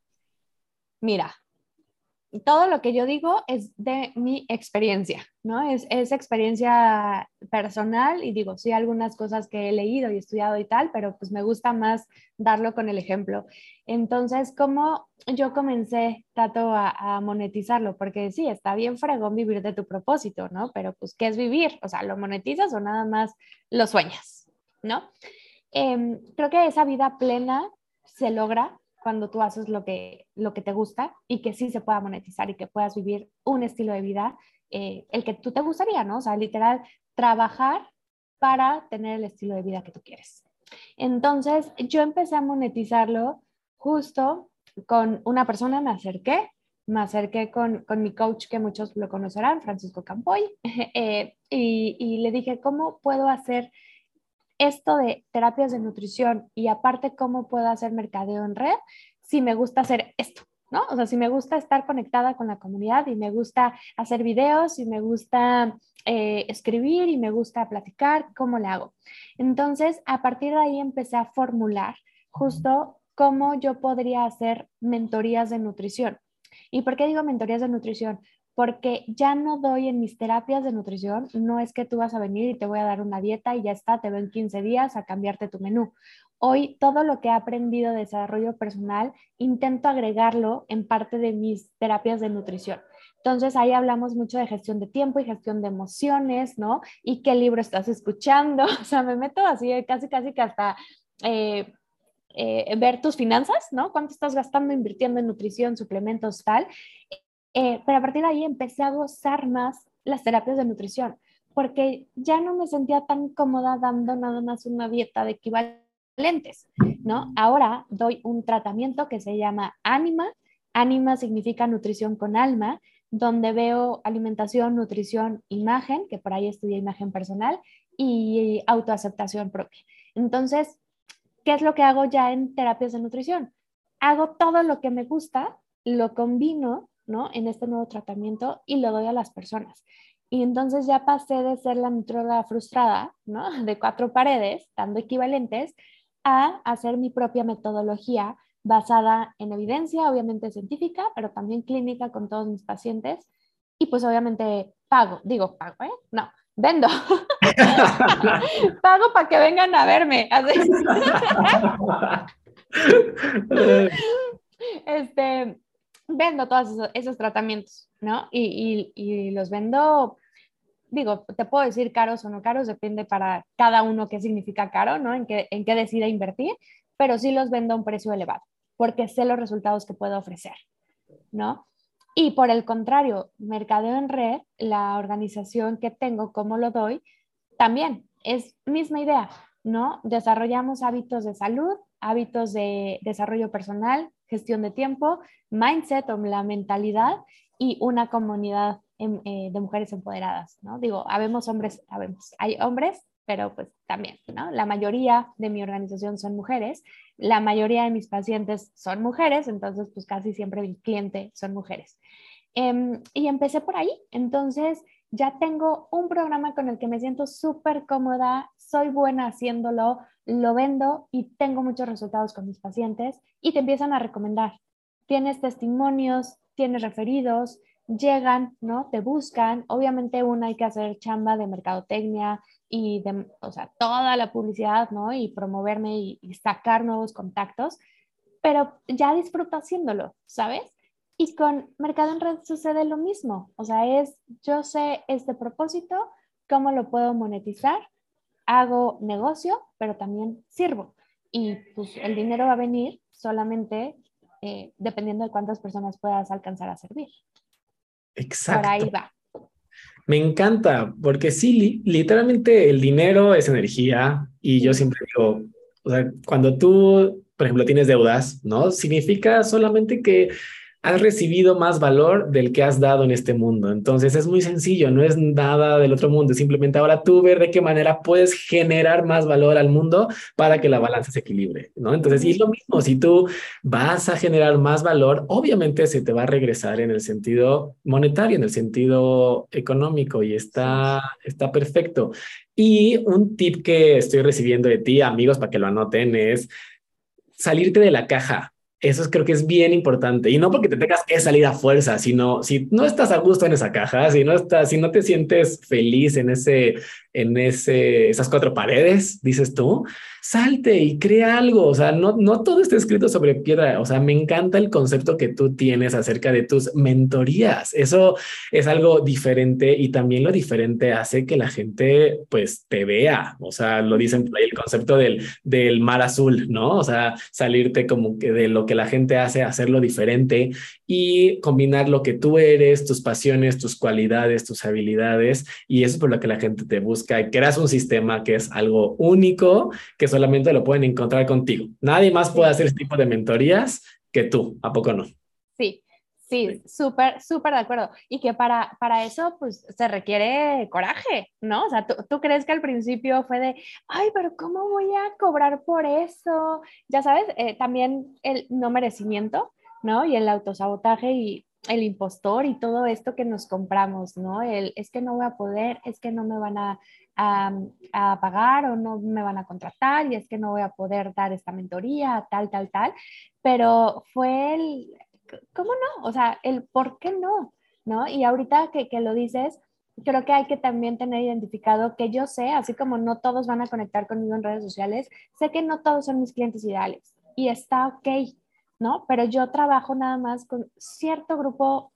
Mira, todo lo que yo digo es de mi experiencia, ¿no? Es experiencia personal y digo, sí, algunas cosas que he leído y estudiado y tal, pero pues me gusta más darlo con el ejemplo. Entonces, ¿cómo yo comencé, Tato, a monetizarlo? Porque sí, está bien fregón vivir de tu propósito, ¿no? Pero pues, ¿qué es vivir? O sea, ¿lo monetizas o nada más lo sueñas, ¿no? Creo que esa vida plena se logra cuando tú haces lo que te gusta y que sí se pueda monetizar y que puedas vivir un estilo de vida, el que tú te gustaría, ¿no? O sea, literal, trabajar para tener el estilo de vida que tú quieres. Entonces, yo empecé a monetizarlo justo con una persona, me acerqué con mi coach, que muchos lo conocerán, Francisco Campoy, y le dije, ¿cómo puedo hacer esto de terapias de nutrición y aparte cómo puedo hacer mercadeo en red si me gusta hacer esto, ¿no? O sea, si me gusta estar conectada con la comunidad y me gusta hacer videos y me gusta escribir y me gusta platicar, ¿cómo le hago? Entonces, a partir de ahí empecé a formular justo cómo yo podría hacer mentorías de nutrición. ¿Y por qué digo mentorías de nutrición? Porque ya no doy en mis terapias de nutrición, no es que tú vas a venir y te voy a dar una dieta y ya está, te veo en 15 días a cambiarte tu menú. Hoy todo lo que he aprendido de desarrollo personal intento agregarlo en parte de mis terapias de nutrición. Entonces ahí hablamos mucho de gestión de tiempo y gestión de emociones, ¿no? Y qué libro estás escuchando. O sea, me meto así casi, casi que hasta eh, ver tus finanzas, ¿no? ¿Cuánto estás gastando invirtiendo en nutrición, suplementos, tal? Pero a partir de ahí empecé a gozar más las terapias de nutrición, porque ya no me sentía tan cómoda dando nada más una dieta de equivalentes, ¿no? Ahora doy un tratamiento que se llama Anima. Anima significa nutrición con alma, donde veo alimentación, nutrición, imagen, que por ahí estudié imagen personal, y autoaceptación propia. Entonces, ¿qué es lo que hago ya en terapias de nutrición? Hago todo lo que me gusta, lo combino, ¿no? En este nuevo tratamiento y lo doy a las personas. Y entonces ya pasé de ser la nutróloga frustrada, ¿no? De cuatro paredes, dando equivalentes, a hacer mi propia metodología basada en evidencia, obviamente científica, pero también clínica con todos mis pacientes. Y pues obviamente pago, ¿eh? No, vendo. Pago para que vengan a verme. Así. Este, vendo todos esos tratamientos, ¿no? Y los vendo, digo, te puedo decir caros o no caros, depende para cada uno qué significa caro, ¿no? En qué decida invertir, pero sí los vendo a un precio elevado, porque sé los resultados que puedo ofrecer, ¿no? Y por el contrario, Mercadeo en Red, la organización que tengo, cómo lo doy, también es misma idea, ¿no? Desarrollamos hábitos de salud, hábitos de desarrollo personal, gestión de tiempo, mindset o la mentalidad y una comunidad de mujeres empoderadas, ¿no? Digo, hay hombres, pero pues también, ¿no? La mayoría de mi organización son mujeres, la mayoría de mis pacientes son mujeres, entonces pues casi siempre mi cliente son mujeres. Y empecé por ahí. Entonces, ya tengo un programa con el que me siento súper cómoda, soy buena haciéndolo, lo vendo y tengo muchos resultados con mis pacientes y te empiezan a recomendar. Tienes testimonios, tienes referidos, llegan, ¿no? Te buscan. Obviamente, una hay que hacer chamba de mercadotecnia y de, o sea, toda la publicidad, ¿no? Y promoverme y sacar nuevos contactos, pero ya disfruto haciéndolo, ¿sabes? Y con Mercado en Red sucede lo mismo. O sea, yo sé este propósito, cómo lo puedo monetizar, hago negocio, pero también sirvo. Y pues el dinero va a venir solamente dependiendo de cuántas personas puedas alcanzar a servir. Por ahí Exacto. va. Me encanta, porque sí, literalmente el dinero es energía y yo Sí. siempre digo, o sea, cuando tú, por ejemplo, tienes deudas, ¿no? Significa solamente que has recibido más valor del que has dado en este mundo. Entonces es muy sencillo, no es nada del otro mundo, simplemente ahora tú ver de qué manera puedes generar más valor al mundo para que la Ujú, balanza se equilibre, ¿no? Entonces, y es ujú. lo mismo, si tú vas a generar más valor, obviamente se te va a regresar en el sentido monetario, en el sentido económico y Sí. está perfecto. Y un tip que estoy recibiendo de ti, amigos, para que lo anoten, es salirte de la caja. Creo que es bien importante. Y no porque te tengas que salir a fuerza, sino si no estás a gusto en esa caja, si no te sientes feliz esas cuatro paredes, dices tú, salte y crea algo. O sea, no todo está escrito sobre piedra. O sea, me encanta el concepto que tú tienes acerca de tus mentorías. Eso es algo diferente y también lo diferente hace que la gente pues te vea. O sea, lo dicen Ujú. por ahí el concepto del mar azul, ¿no? O sea, salirte como que de lo que la gente hace, hacerlo diferente y combinar lo que tú eres, tus pasiones, tus cualidades, tus habilidades, y eso es por lo que la gente te busca y creas un sistema que es algo único, que solamente lo pueden encontrar contigo. Nadie más puede Sí. hacer este tipo de mentorías que tú, ¿a poco no? Sí, sí, súper, súper de acuerdo. Y que para eso, pues, se requiere coraje, ¿no? O sea, tú crees que al principio fue de, ay, pero ¿cómo voy a cobrar por eso? Ya sabes, también el no merecimiento, ¿no? Y el autosabotaje y el impostor y todo esto que nos compramos, ¿no? Es que no voy a poder, es que no me van a, a pagar o no me van a contratar y es que no voy a poder dar esta mentoría, tal, tal, tal. Pero fue ¿cómo no? O sea, el por qué no, ¿no? Y ahorita que lo dices, creo que hay que también tener identificado que yo sé, así como no todos van a conectar conmigo en redes sociales, sé que no todos son mis clientes ideales y está ok, ¿no? Pero yo trabajo nada más con cierto grupo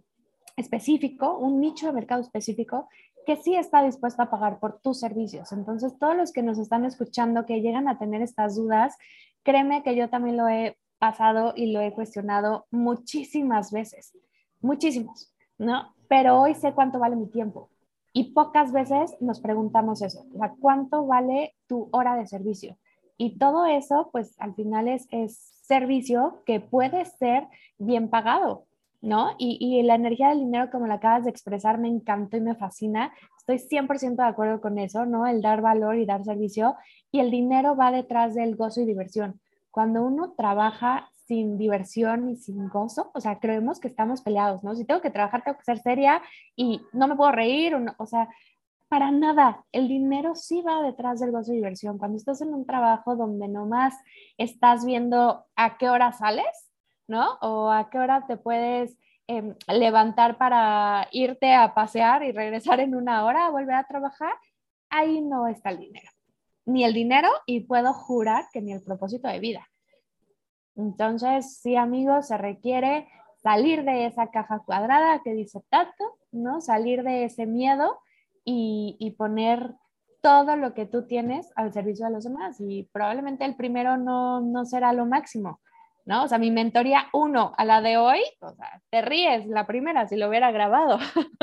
específico, un nicho de mercado específico que sí está dispuesto a pagar por tus servicios. Entonces, todos los que nos están escuchando que llegan a tener estas dudas, créeme que yo también lo he pasado y lo he cuestionado muchísimas veces, muchísimos, ¿no? Pero hoy sé cuánto vale mi tiempo y pocas veces nos preguntamos eso, o sea, ¿cuánto vale tu hora de servicio? Y todo eso, pues al final es servicio que puede ser bien pagado, ¿no? Y la energía del dinero, como la acabas de expresar, me encantó y me fascina. Estoy 100% de acuerdo con eso, ¿no? El dar valor y dar servicio. Y el dinero va detrás del gozo y diversión. Cuando uno trabaja sin diversión y sin gozo, o sea, creemos que estamos peleados, ¿no? Si tengo que trabajar, tengo que ser seria y no me puedo reír, o sea, para nada. El dinero sí va detrás del gozo y diversión. Cuando estás en un trabajo donde nomás estás viendo a qué hora sales, ¿no? O a qué hora te puedes levantar para irte a pasear y regresar en una hora a volver a trabajar, ahí no está el dinero. Ni el dinero y puedo jurar que ni el propósito de vida. Entonces, sí, amigos, se requiere salir de esa caja cuadrada que dice Tato, ¿no? Salir de ese miedo y poner todo lo que tú tienes al servicio de los demás. Y probablemente el primero no será lo máximo, ¿no? O sea, mi mentoría uno a la de hoy, o sea, te ríes la primera si lo hubiera grabado.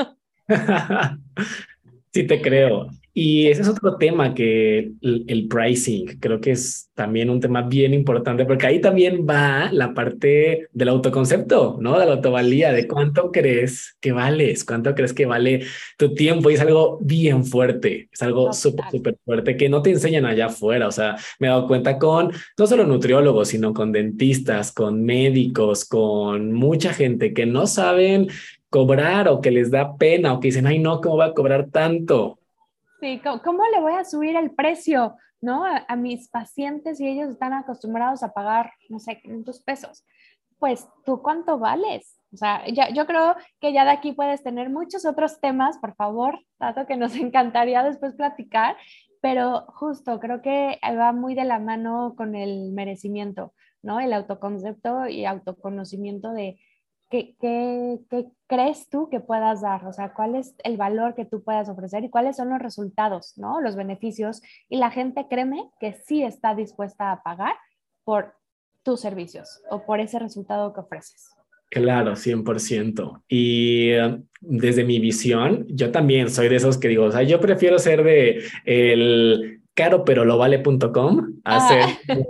Sí, te creo. Y ese Sí, es otro tema que el pricing, creo que es también un tema bien importante, porque ahí también va la parte del autoconcepto, ¿no? De la autovalía, de cuánto crees que vales, cuánto crees que vale tu tiempo. Y es algo bien fuerte, es algo súper, total. súper fuerte que no te enseñan allá afuera. O sea, me he dado cuenta con no solo nutriólogos, sino con dentistas, con médicos, con mucha gente que no saben cobrar o que les da pena o que dicen, ay, no, ¿cómo va a cobrar tanto? Sí, ¿cómo le voy a subir el precio, ¿no? A mis pacientes y ellos están acostumbrados a pagar, no sé, 500 pesos. Pues tú cuánto vales. O sea, yo creo que ya de aquí puedes tener muchos otros temas, por favor, Tato, que nos encantaría después platicar, pero justo creo que va muy de la mano con el merecimiento, ¿no? El autoconcepto y autoconocimiento de ¿qué crees tú que puedas dar? O sea, ¿cuál es el valor que tú puedas ofrecer y cuáles son los resultados, ¿no? Los beneficios. Y la gente, créeme, que sí está dispuesta a pagar por tus servicios o por ese resultado que ofreces. Claro, 100%. Y desde mi visión, yo también soy de esos que digo, o sea, yo prefiero ser de el caro pero lo vale.com a Ah,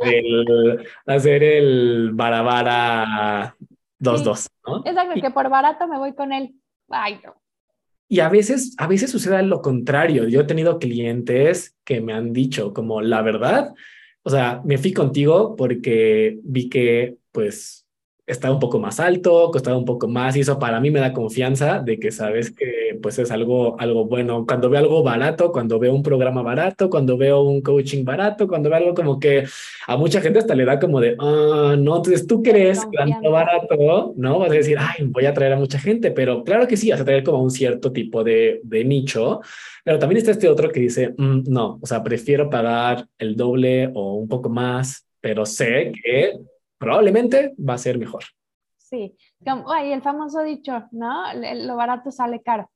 hacer el barabara dos sí, dos, ¿no? exacto, que por barato me voy con él. Ay, no. Y a veces sucede lo contrario. Yo he tenido clientes que me han dicho como la verdad, o sea, me fui contigo porque vi que pues estaba un poco más alto, costaba un poco más y eso para mí me da confianza de que sabes que pues es algo bueno. Cuando veo algo barato, cuando veo un programa barato, cuando veo un coaching barato, cuando veo algo como que a mucha gente hasta le da como de, ah, no, entonces tú crees que dando Desconfianza. barato, ¿no? Vas a decir, Ujú. ay, voy a atraer a mucha gente, pero claro que sí, vas a traer como un cierto tipo de nicho, pero también está este otro que dice, "Mm, no, o sea, prefiero pagar el doble o un poco más, pero sé Ujú. que probablemente va a ser mejor. Sí, como, ay, el famoso dicho, ¿no? Lo barato sale caro.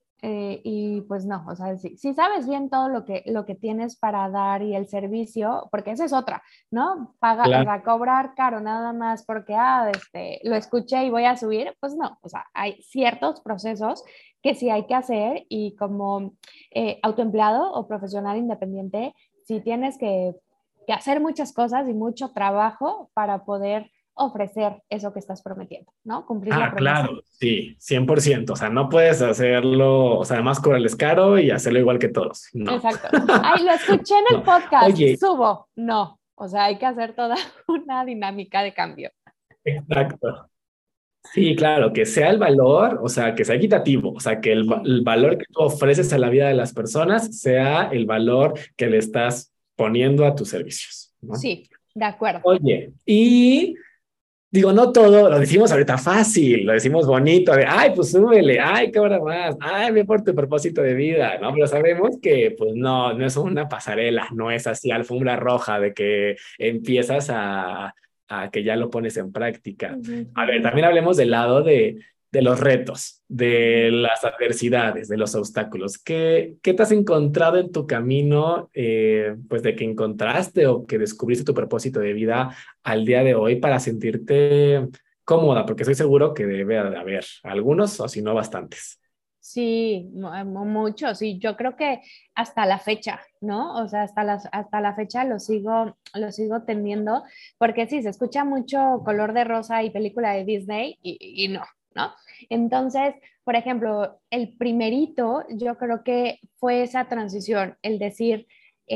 Y pues no, o sea, si sabes bien todo lo que tienes para dar y el servicio, porque esa es otra, ¿no? Paga, o Claro. sea, cobrar caro nada más porque, lo escuché y voy a subir, pues no, o sea, hay ciertos procesos que sí hay que hacer y como autoempleado o profesional independiente, sí tienes que hacer muchas cosas y mucho trabajo para poder ofrecer eso que estás prometiendo, ¿no? Cumplir la Ah, promesa. claro, sí, 100%. O sea, no puedes hacerlo, o sea, además cobrarles caro y hacerlo igual que todos. No. Exacto. Ay, lo escuché en el No. podcast, Oye, subo. No, o sea, hay que hacer toda una dinámica de cambio. exacto. Sí, claro, que sea el valor, o sea, que sea equitativo, o sea, que Sí, el valor que tú ofreces a la vida de las personas sea el valor que le estás poniendo a tus servicios, ¿no? sí, de acuerdo. Oye, y digo, no todo, lo decimos ahorita fácil, lo decimos bonito, de, ay, pues súbele, ay, cobra más, ay, ve por tu propósito de vida, ¿no? Pero sabemos que, pues no, no es una pasarela, no es así alfombra roja de que empiezas a que ya lo pones en práctica. Ujú, A ujú, ver, también hablemos del lado de los retos, de ujú. las adversidades, de los obstáculos. ¿Qué te has encontrado en tu camino, pues de que encontraste o que descubriste tu propósito de vida al día de hoy para sentirte cómoda? Porque estoy seguro que debe de haber algunos o si no bastantes. Sí, mucho, sí, yo creo que hasta la fecha, ¿no? O sea, hasta la fecha lo sigo teniendo, porque sí, se escucha mucho color de rosa y película de Disney y no, ¿no? Entonces, por ejemplo, el primerito, yo creo que fue esa transición, el decir,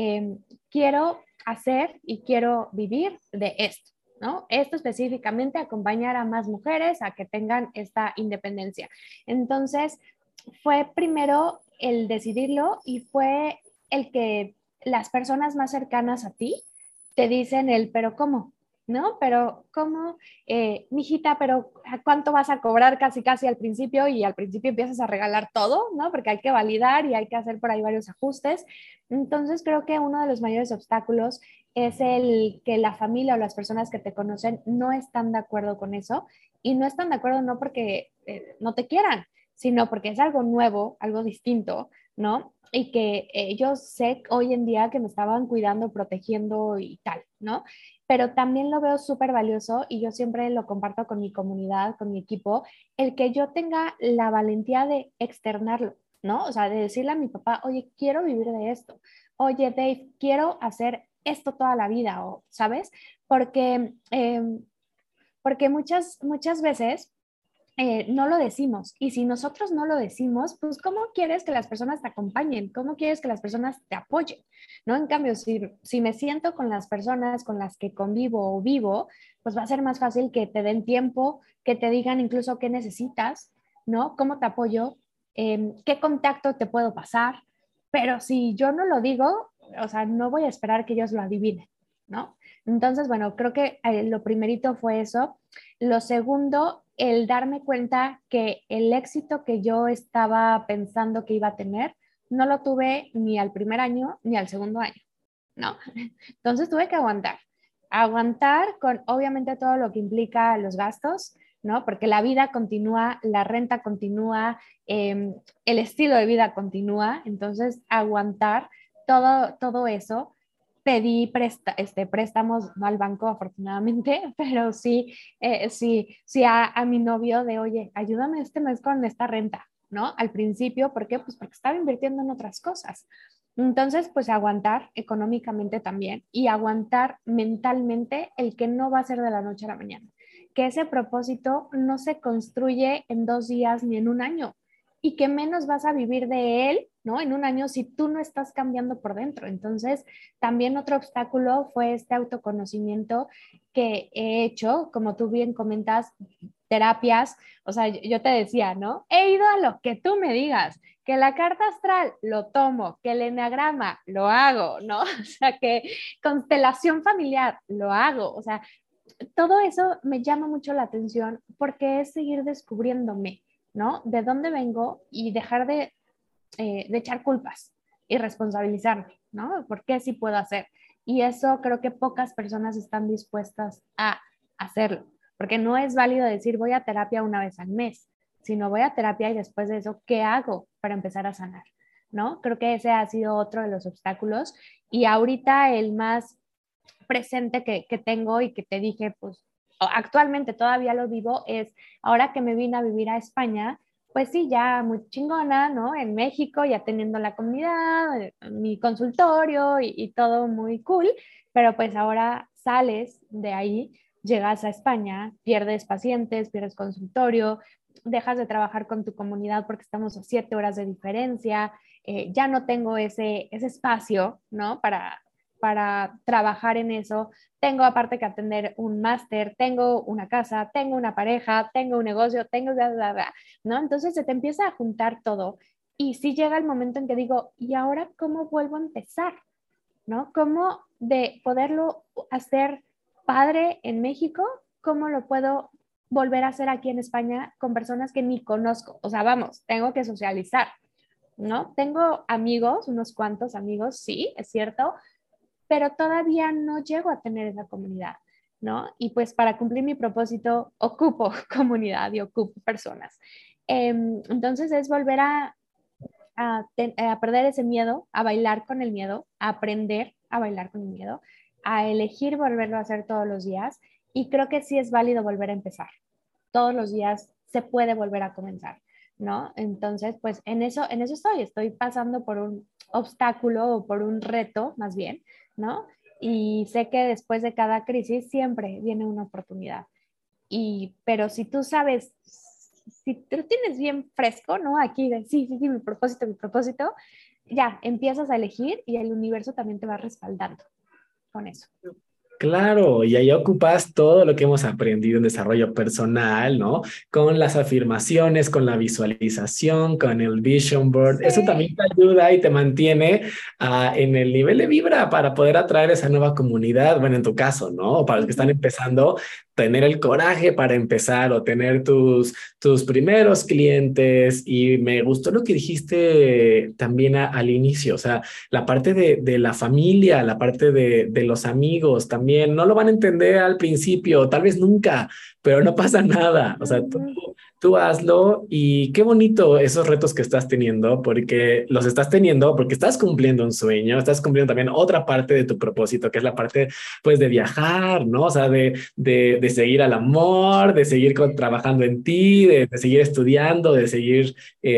quiero hacer y quiero vivir de esto. ¿No? Esto específicamente, acompañar a más mujeres a que tengan esta independencia. Entonces, fue primero el decidirlo y fue el que las personas más cercanas a ti te dicen pero ¿cómo? ¿No? Pero ¿cómo? Mijita, pero ¿a cuánto vas a cobrar casi casi al principio? Y al principio empiezas a regalar todo, ¿no? Porque hay que validar y hay que hacer por ahí varios ajustes. Entonces creo que uno de los mayores obstáculos es el que la familia o las personas que te conocen no están de acuerdo con eso y no están de acuerdo no porque no te quieran, sino porque es algo nuevo, algo distinto, ¿no? Y que yo sé hoy en día que me estaban cuidando, protegiendo y tal, ¿no? Pero también lo veo súper valioso y yo siempre lo comparto con mi comunidad, con mi equipo, el que yo tenga la valentía de externarlo, ¿no? O sea, de decirle a mi papá, oye, quiero vivir de esto, oye, Dave, quiero hacer esto toda la vida, o, ¿sabes? Porque, porque muchas veces no lo decimos. Y si nosotros no lo decimos, pues ¿cómo quieres que las personas te acompañen? ¿Cómo quieres que las personas te apoyen? ¿No? En cambio, si me siento con las personas con las que convivo o vivo, pues va a ser más fácil que te den tiempo, que te digan incluso qué necesitas, ¿no? ¿Cómo te apoyo? ¿Qué contacto te puedo pasar? Pero si yo no lo digo, o sea, no voy a esperar que ellos lo adivinen, ¿no? Entonces, bueno, creo que lo primerito fue eso. Lo segundo, el darme cuenta que el éxito que yo estaba pensando que iba a tener, no lo tuve ni al primer año ni al segundo año, ¿no? Entonces tuve que aguantar con obviamente todo lo que implica los gastos, ¿no? Porque la vida continúa, la renta continúa, el estilo de vida continúa, entonces aguantar todo eso. Pedí préstamos, no al banco afortunadamente, pero sí a mi novio de, oye, ayúdame este mes con esta renta, ¿no? Al principio, ¿por qué? Pues porque estaba invirtiendo en otras cosas. Entonces, pues aguantar económicamente también y aguantar mentalmente el que no va a ser de la noche a la mañana, que ese propósito no se construye en 2 días ni en un año y que menos vas a vivir de él, ¿no? En un año si tú no estás cambiando por dentro. Entonces, también otro obstáculo fue este autoconocimiento que he hecho, como tú bien comentas, terapias, o sea, yo te decía, ¿no? He ido a lo que tú me digas, que la carta astral lo tomo, que el eneagrama lo hago, ¿no? O sea, que constelación familiar lo hago, o sea, todo eso me llama mucho la atención porque es seguir descubriéndome, ¿no? De dónde vengo y dejar de echar culpas y responsabilizarme, ¿no? ¿Por qué sí puedo hacer? Y eso creo que pocas personas están dispuestas a hacerlo, porque no es válido decir voy a terapia una vez al mes, sino voy a terapia y después de eso, ¿qué hago para empezar a sanar? ¿No? Creo que ese ha sido otro de los obstáculos y ahorita el más presente que tengo y que te dije, pues actualmente todavía lo vivo, es ahora que me vine a vivir a España, pues sí, ya muy chingona, ¿no? En México, ya teniendo la comunidad, mi consultorio y todo muy cool, pero pues ahora sales de ahí, llegas a España, pierdes pacientes, pierdes consultorio, dejas de trabajar con tu comunidad porque estamos a 7 horas de diferencia, ya no tengo ese espacio, ¿no? Para trabajar en eso. Tengo aparte que atender un máster, tengo una casa, tengo una pareja, tengo un negocio, tengo bla, bla, bla, ¿no? Entonces se te empieza a juntar todo y sí llega el momento en que digo, ¿y ahora cómo vuelvo a empezar? ¿No? ¿Cómo de poderlo hacer padre en México? ¿Cómo lo puedo volver a hacer aquí en España con personas que ni conozco? O sea, vamos, tengo que socializar, ¿no? Tengo amigos, unos cuantos amigos, sí, es cierto, pero todavía no llego a tener esa comunidad, ¿no? Y pues para cumplir mi propósito ocupo comunidad y ocupo personas. Entonces es volver a perder ese miedo, a bailar con el miedo, a aprender a bailar con el miedo, a elegir volverlo a hacer todos los días. Y creo que sí es válido volver a empezar. Todos los días se puede volver a comenzar, ¿no? Entonces, pues en eso estoy pasando por un obstáculo o por un reto, más bien, ¿no? Y sé que después de cada crisis siempre viene una oportunidad. Pero si tú sabes, si te lo tienes bien fresco, ¿no? Aquí de sí, sí, sí, mi propósito, ya empiezas a elegir y el universo también te va respaldando con eso. Claro, y ahí ocupas todo lo que hemos aprendido en desarrollo personal, ¿no? Con las afirmaciones, con la visualización, con el vision board. Eso también Sí. te ayuda y te mantiene en el nivel de vibra para poder atraer esa nueva comunidad. Bueno, en tu caso, ¿no? O para los que están Ujú. empezando, tener el coraje para empezar o tener tus primeros clientes. Y me gustó lo que dijiste también al inicio, o sea, la parte de la familia, la parte de los amigos también, no lo van a entender al principio, tal vez nunca, pero no pasa nada. O sea, Ujú. tú hazlo y qué bonito esos retos que estás teniendo, porque los estás teniendo, porque estás cumpliendo un sueño, estás cumpliendo también otra parte de tu propósito, que es la parte, pues, de viajar, ¿no? O sea, de seguir al amor, de seguir trabajando en ti, de seguir estudiando, de seguir,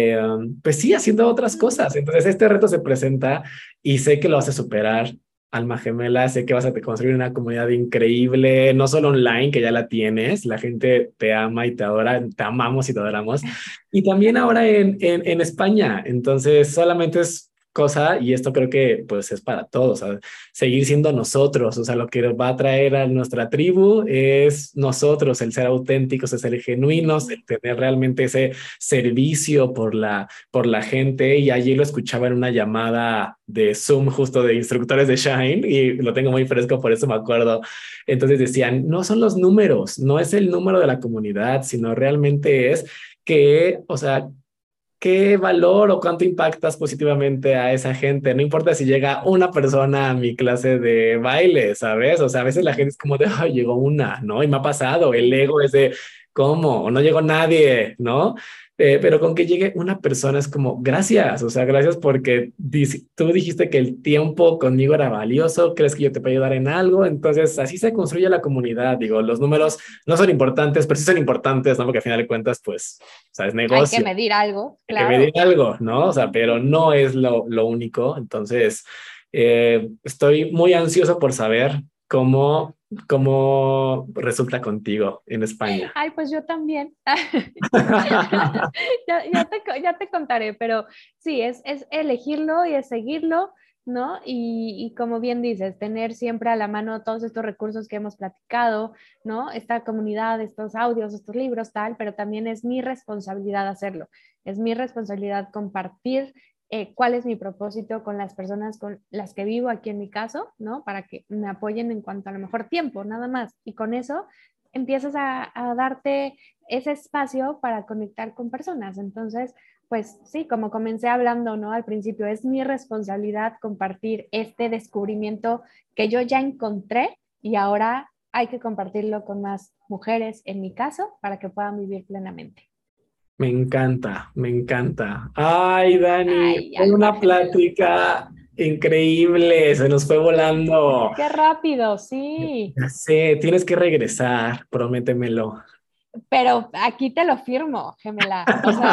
pues sí, haciendo otras cosas. Entonces, este reto se presenta y sé que lo vas a superar. Alma gemela, sé que vas a construir una comunidad increíble, no solo online, que ya la tienes, la gente te ama y te adora, te amamos y te adoramos, y también ahora en España. Entonces, solamente es cosa, y esto creo que pues es para todos, o sea, seguir siendo nosotros, o sea, lo que va a traer a nuestra tribu es nosotros, el ser auténticos, el ser genuinos, el tener realmente ese servicio por la gente. Y allí lo escuchaba en una llamada de Zoom justo de instructores de Shine y lo tengo muy fresco, por eso me acuerdo. Entonces decían, no son los números, no es el número de la comunidad, sino realmente es que, o sea, qué valor o cuánto impactas positivamente a esa gente. No importa si llega una persona a mi clase de baile, ¿sabes? O sea, a veces la gente es como de, ay, llegó una, ¿no? Y me ha pasado, el ego es de, ¿cómo? O no llegó nadie, ¿no? Pero con que llegue una persona es como, gracias, o sea, gracias porque tú dijiste que el tiempo conmigo era valioso, crees que yo te puedo ayudar en algo, entonces así se construye la comunidad, digo, los números no son importantes, pero sí son importantes, ¿no? Porque al final de cuentas, pues, o sea, es Hay que negocio, medir algo, hay que medir claro. algo, ¿no? O sea, pero no es lo único, entonces estoy muy ansioso por saber cómo resulta contigo en España. Ay, pues yo también. Ya te contaré, pero sí, es elegirlo y es seguirlo, ¿no? Y como bien dices, tener siempre a la mano todos estos recursos que hemos platicado, ¿no? Esta comunidad, estos audios, estos libros, tal, pero también es mi responsabilidad hacerlo. Es mi responsabilidad compartir cuál es mi propósito con las personas con las que vivo aquí en mi caso, ¿no? Para que me apoyen en cuanto a lo mejor tiempo, nada más. Y con eso empiezas a darte ese espacio para conectar con personas. Entonces, pues sí, como comencé hablando, ¿no? Al principio, es mi responsabilidad compartir este descubrimiento que yo ya encontré y ahora hay que compartirlo con más mujeres, en mi caso, para que puedan vivir plenamente. Me encanta, me encanta. Ay, Dani, Ay, fue alma una gemela. plática increíble, se nos fue volando. Qué rápido, sí, Ya sé, tienes que regresar, prométemelo. pero aquí te lo firmo, gemela. O sea,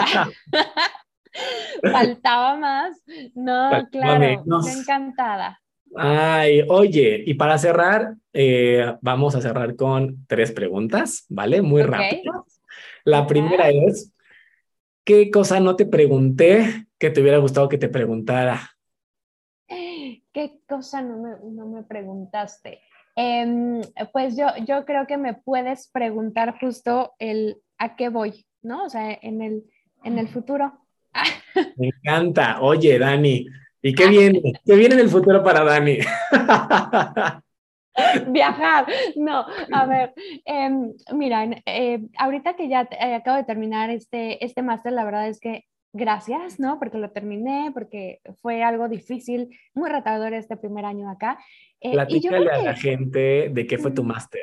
faltaba más. No, claro, yo Menos. encantada. Ay, oye, y para cerrar, vamos a cerrar con 3 preguntas, ¿vale? Muy Ok, rápido. La ajá. primera es, ¿qué cosa no te pregunté que te hubiera gustado que te preguntara? ¿Qué cosa no me preguntaste? Pues yo creo que me puedes preguntar justo el a qué voy, ¿no? O sea, en el futuro. Me encanta. Oye, Dani, ¿y qué viene? ¿Qué viene en el futuro para Dani? Viajar, no, a ver, mira, ahorita que ya acabo de terminar este máster, la verdad es que gracias, ¿no? Porque lo terminé, porque fue algo difícil, muy retador este primer año acá. Y yo creo Platícale a la que gente de qué fue tu mm, máster.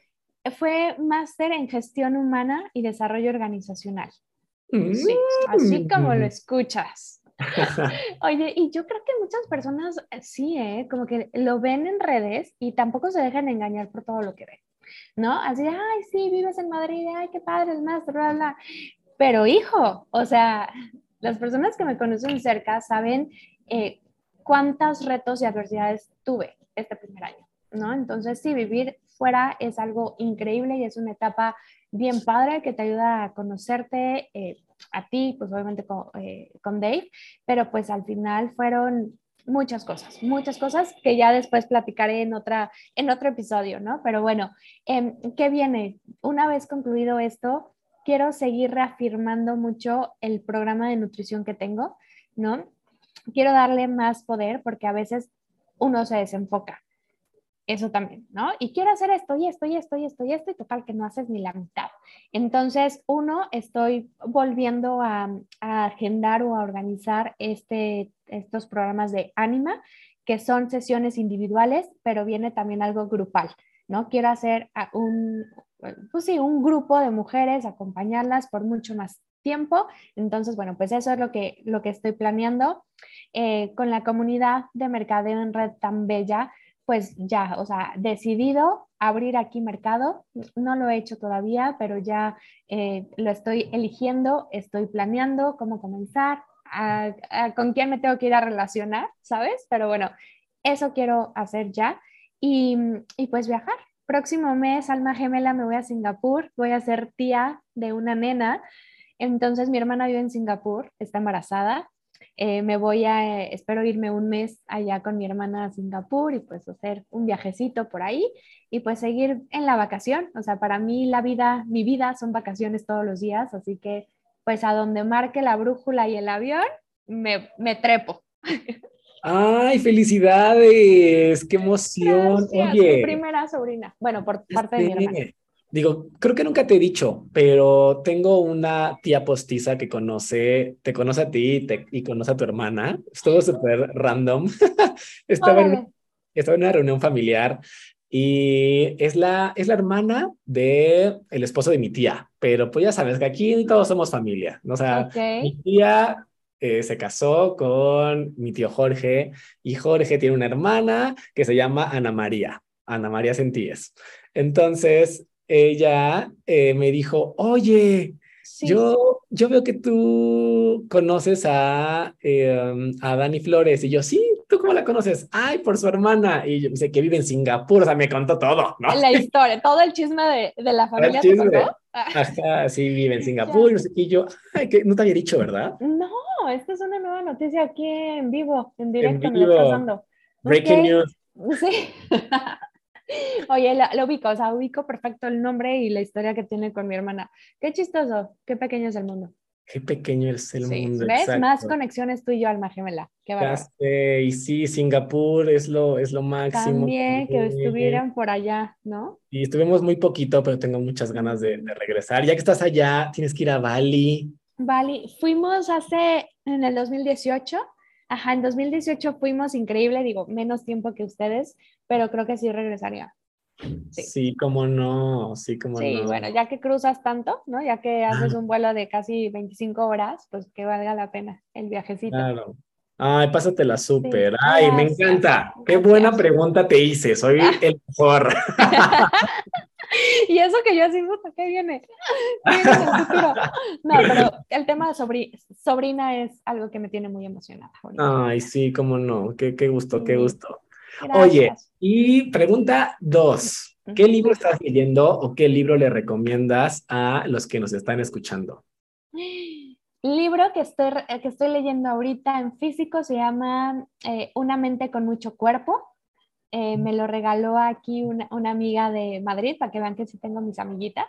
fue máster en gestión humana y desarrollo organizacional. Sí, así como lo Mm. escuchas. Oye, y yo creo que muchas personas sí, como que lo ven en redes y tampoco se dejan engañar por todo lo que ven, ¿no? Así, de, ay, sí, vives en Madrid, ay, qué padre el máster, bla, bla. Pero hijo, o sea, las personas que me conocen cerca saben eh, cuántos retos y adversidades tuve este primer año, ¿no? Entonces, sí, vivir fuera es algo increíble y es una etapa bien padre que te ayuda a conocerte a ti, pues obviamente con Dave, pero pues al final fueron muchas cosas que ya después platicaré en otro episodio, ¿no? Pero bueno, ¿qué viene? Una vez concluido esto, quiero seguir reafirmando mucho el programa de nutrición que tengo, ¿no? Quiero darle más poder porque a veces uno se desenfoca. Eso también, ¿no? Y quiero hacer esto y esto y esto y esto y esto y total que no haces ni la mitad. Entonces, estoy volviendo a agendar o a organizar estos programas de Anima, que son sesiones individuales, pero viene también algo grupal, ¿no? Quiero hacer pues sí, un grupo de mujeres, acompañarlas por mucho más tiempo. Entonces, bueno, pues eso es lo que estoy planeando con la comunidad de Mercadeo en Red tan bella pues ya, o sea, decidido abrir aquí mercado. No lo he hecho todavía, pero ya lo estoy eligiendo, estoy planeando cómo comenzar, con quién me tengo que ir a relacionar, ¿sabes? Pero bueno, eso quiero hacer ya y, y pues viajar. Próximo mes, alma gemela, me voy a Singapur, voy a ser tía de una nena. Entonces mi hermana vive en Singapur, está embarazada. Espero irme un mes allá con mi hermana a Singapur y pues hacer un viajecito por ahí y pues seguir en la vacación. O sea, para mí mi vida son vacaciones todos los días, así que pues a donde marque la brújula y el avión, me trepo. Ay, felicidades, qué emoción. Gracias, mi Oye, primera sobrina. Bueno, por parte de mi hermana. este, digo, creo que nunca te he dicho, pero tengo una tía postiza que te conoce a ti y conoce a tu hermana. Estuvo súper random. Estaba en, Órale. estaba en una reunión familiar y es la hermana de el esposo de mi tía. pero pues ya sabes que aquí todos somos familia, ¿no? O sea, Ok. mi tía se casó con mi tío Jorge y Jorge tiene una hermana que se llama Ana María Sentíes. Entonces, ella me dijo, oye, Sí. yo veo que tú conoces a Dani Flores. Y yo, sí, ¿tú cómo la conoces? Ay, por su hermana. Y yo sé que vive en Singapur, o sea, me contó todo, ¿no? La historia, todo el chisme de la Para el familia te contó. chisme. Ajá, sí, vive en Singapur, Ya. y no sé qué. Y yo, ay, que no te había dicho, ¿verdad? No, esta es una nueva noticia aquí en vivo, en En directo, me la estás vivo. dando. Ok, Breaking news. sí. Oye, la ubico, o sea, ubico perfecto el nombre y la historia que tiene con mi hermana. Qué chistoso, qué pequeño es el mundo. Qué pequeño es el Sí, mundo, ¿ves? Más exacto. conexiones tú y yo, alma gemela. Qué Ya bárbaro. sé, y sí, Singapur es lo máximo También que también. estuvieran por allá, ¿no? Y estuvimos muy poquito, pero tengo muchas ganas de Mm. regresar. Ya que estás allá, tienes que ir a Bali. Vale, fuimos en el 2018. Ajá, en 2018 fuimos increíble, digo, menos tiempo que ustedes, pero creo que sí regresaría. Sí. Sí, cómo no, sí, cómo Sí, bueno, no. ya que cruzas tanto, ¿no? Ya que haces Ah, un vuelo de casi 25 horas, pues que valga la pena el viajecito. claro. Ay, pásatela Sí, súper. Ay, me gracias, encanta. Qué buena gracias. pregunta te hice. Soy el mejor. Y eso que yo así, puta, ¿qué viene? ¿Qué viene en el futuro? No, pero el tema de sobrina es algo que me tiene muy emocionada ahorita. Ay, sí, cómo no. Qué gusto, qué Sí, gusto. Oye, gracias. y pregunta dos. ¿Qué libro Uf. estás leyendo o qué libro le recomiendas a los que nos están escuchando? Libro que estoy leyendo ahorita en físico se llama Una mente con mucho cuerpo. Me lo regaló aquí una amiga de Madrid para que vean que sí tengo mis amiguitas.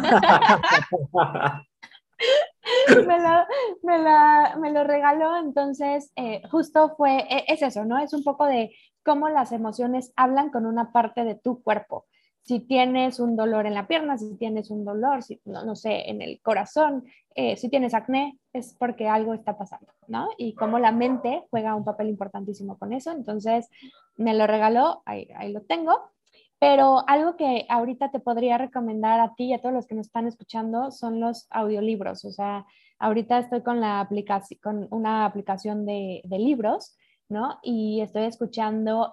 me, lo, me lo regaló, entonces justo es eso, ¿no? Es un poco de cómo las emociones hablan con una parte de tu cuerpo. Si tienes un dolor en la pierna, si tienes un dolor, si, no, no sé, en el corazón, si tienes acné, es porque algo está pasando, ¿no? Y cómo la mente juega un papel importantísimo con eso. Entonces, me lo regaló, ahí lo tengo. Pero algo que ahorita te podría recomendar a ti y a todos los que nos están escuchando son los audiolibros. O sea, ahorita estoy con con una aplicación de libros, ¿no? Y estoy escuchando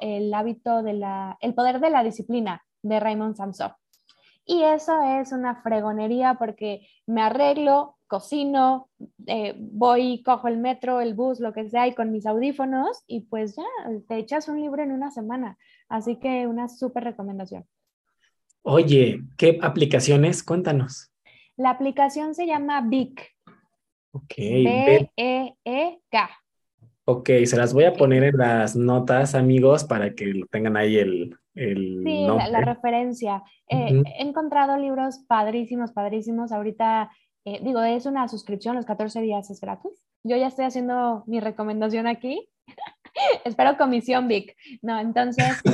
el poder de la disciplina de Raymond Samson. Y eso es una fregonería porque me arreglo, cocino, voy, cojo el metro, el bus, lo que sea, y con mis audífonos, y pues ya, te echas un libro en una semana. Así que una súper recomendación. Oye, ¿qué aplicaciones? Cuéntanos. La aplicación se llama Beek, Ok, ve, Beek. ok, se las voy a Sí, poner en las notas, amigos, para que lo tengan ahí el sí, la nombre. referencia. Ujú. He encontrado libros padrísimos, padrísimos. Ahorita, digo, es una suscripción, los 14 días es gratis. Yo ya estoy haciendo mi recomendación aquí. Espero comisión, Vic. No, entonces,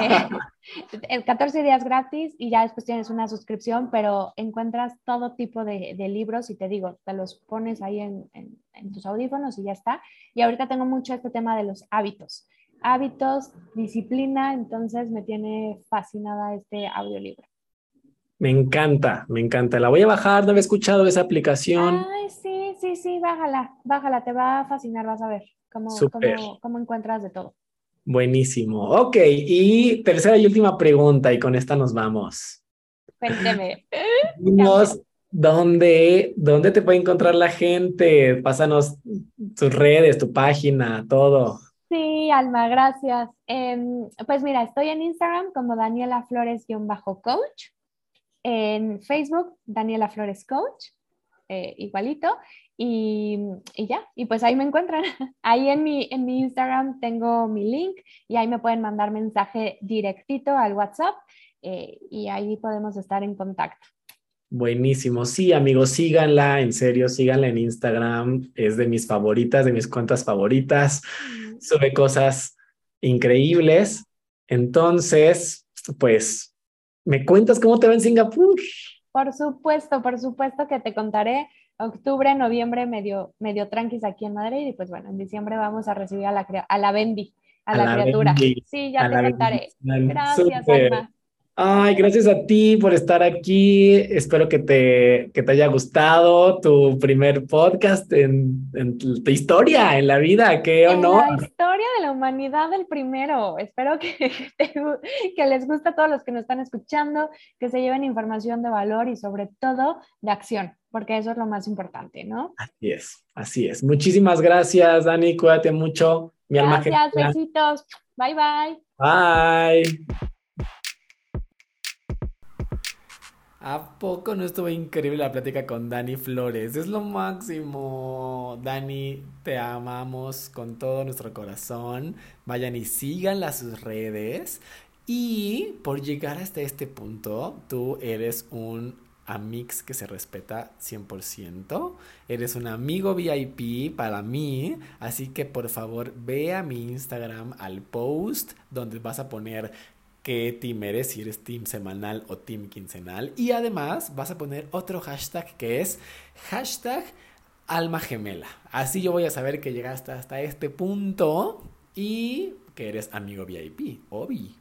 el 14 días gratis y ya después tienes una suscripción, pero encuentras todo tipo de libros y te digo, te los pones ahí en tus audífonos y ya está. Y ahorita tengo mucho este tema de los hábitos. Hábitos, disciplina, entonces me tiene fascinada este audiolibro. Me encanta, me encanta. La voy a bajar, no había escuchado esa aplicación. Ay, sí, sí, sí, bájala, bájala, te va a fascinar, vas a ver Súper, cómo encuentras de todo. buenísimo. Ok, y tercera y última pregunta, y con esta nos vamos. Cuénteme. Cambia. Dinos, dónde te puede encontrar la gente? Pásanos tus redes, tu página, todo. Sí, Alma, gracias. Pues mira, estoy en Instagram como Daniela Flores-coach, en Facebook Daniela Flores Coach, igualito, y, y ya, y pues ahí me encuentran. Ahí en mi Instagram tengo mi link y ahí me pueden mandar mensaje directito al WhatsApp y ahí podemos estar en contacto. Buenísimo. Sí, amigos, síganla, en serio, síganla en Instagram. Es de mis favoritas, de mis cuentas favoritas. Mm. Sube cosas increíbles. Entonces, pues, ¿me cuentas cómo te va en Singapur? Por supuesto que te contaré. Octubre, noviembre, medio tranquis aquí en Madrid y pues bueno, en diciembre vamos a recibir a la Bendy, a A la la criatura. bendición. Sí, A ya te la contaré. bendición. Gracias, Súper. Alma. Ay, gracias a ti por estar aquí. Espero que te haya gustado tu primer podcast en tu historia, en la vida. ¡Qué En honor! la historia de la humanidad, el primero. Espero que, que les guste a todos los que nos están escuchando, que se lleven información de valor y sobre todo de acción, porque eso es lo más importante, ¿no? Así es, así es. Muchísimas gracias, Dani. Cuídate mucho. Mi alma Gracias, gemela. besitos. Bye bye. Bye. ¿A poco no estuvo increíble la plática con Dani Flores? Es lo máximo. Dani, te amamos con todo nuestro corazón. Vayan y síganla a sus redes. Y por llegar hasta este punto, tú eres un amix que se respeta 100%. Eres un amigo VIP para mí. Así que por favor ve a mi Instagram al post donde vas a poner qué team eres, si eres team semanal o team quincenal. Y además vas a poner otro hashtag que es hashtag alma gemela. Así yo voy a saber que llegaste hasta este punto y que eres amigo VIP, Obi.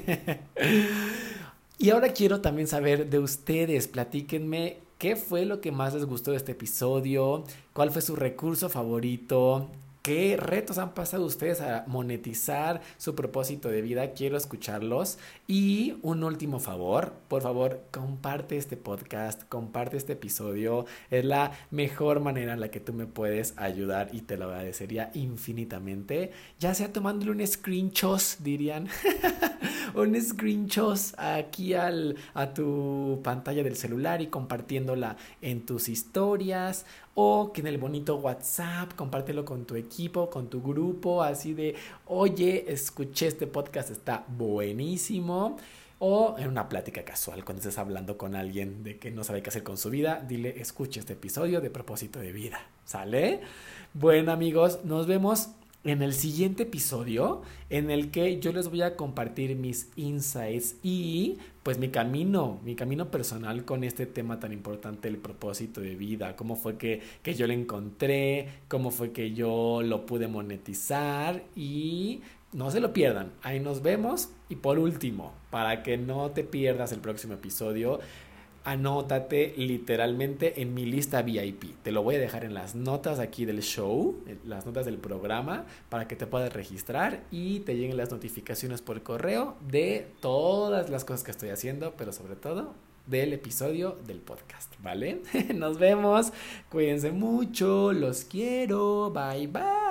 Y ahora quiero también saber de ustedes, platíquenme qué fue lo que más les gustó de este episodio, cuál fue su recurso favorito, qué retos han pasado ustedes a monetizar su propósito de vida, quiero escucharlos. Y un último favor, por favor, comparte este podcast, comparte este episodio, es la mejor manera en la que tú me puedes ayudar y te lo agradecería infinitamente, ya sea tomándole un screenshot, dirían. Un screenshot aquí a tu pantalla del celular y compartiéndola en tus historias o que en el bonito WhatsApp compártelo con tu equipo, con tu grupo, así de, oye, escuché este podcast, está buenísimo. O en una plática casual, cuando estés hablando con alguien de que no sabe qué hacer con su vida, dile, escuche este episodio de propósito de vida. ¿Sale? Bueno, amigos, nos vemos en el siguiente episodio en el que yo les voy a compartir mis insights y pues mi camino personal con este tema tan importante, el propósito de vida, cómo fue que yo lo encontré, cómo fue que yo lo pude monetizar y no se lo pierdan, ahí nos vemos. Y por último, para que no te pierdas el próximo episodio, anótate literalmente en mi lista VIP. Te lo voy a dejar en las notas aquí del show, en las notas del programa, para que te puedas registrar y te lleguen las notificaciones por correo de todas las cosas que estoy haciendo, pero sobre todo del episodio del podcast, ¿vale? Nos vemos, cuídense mucho, los quiero, bye bye.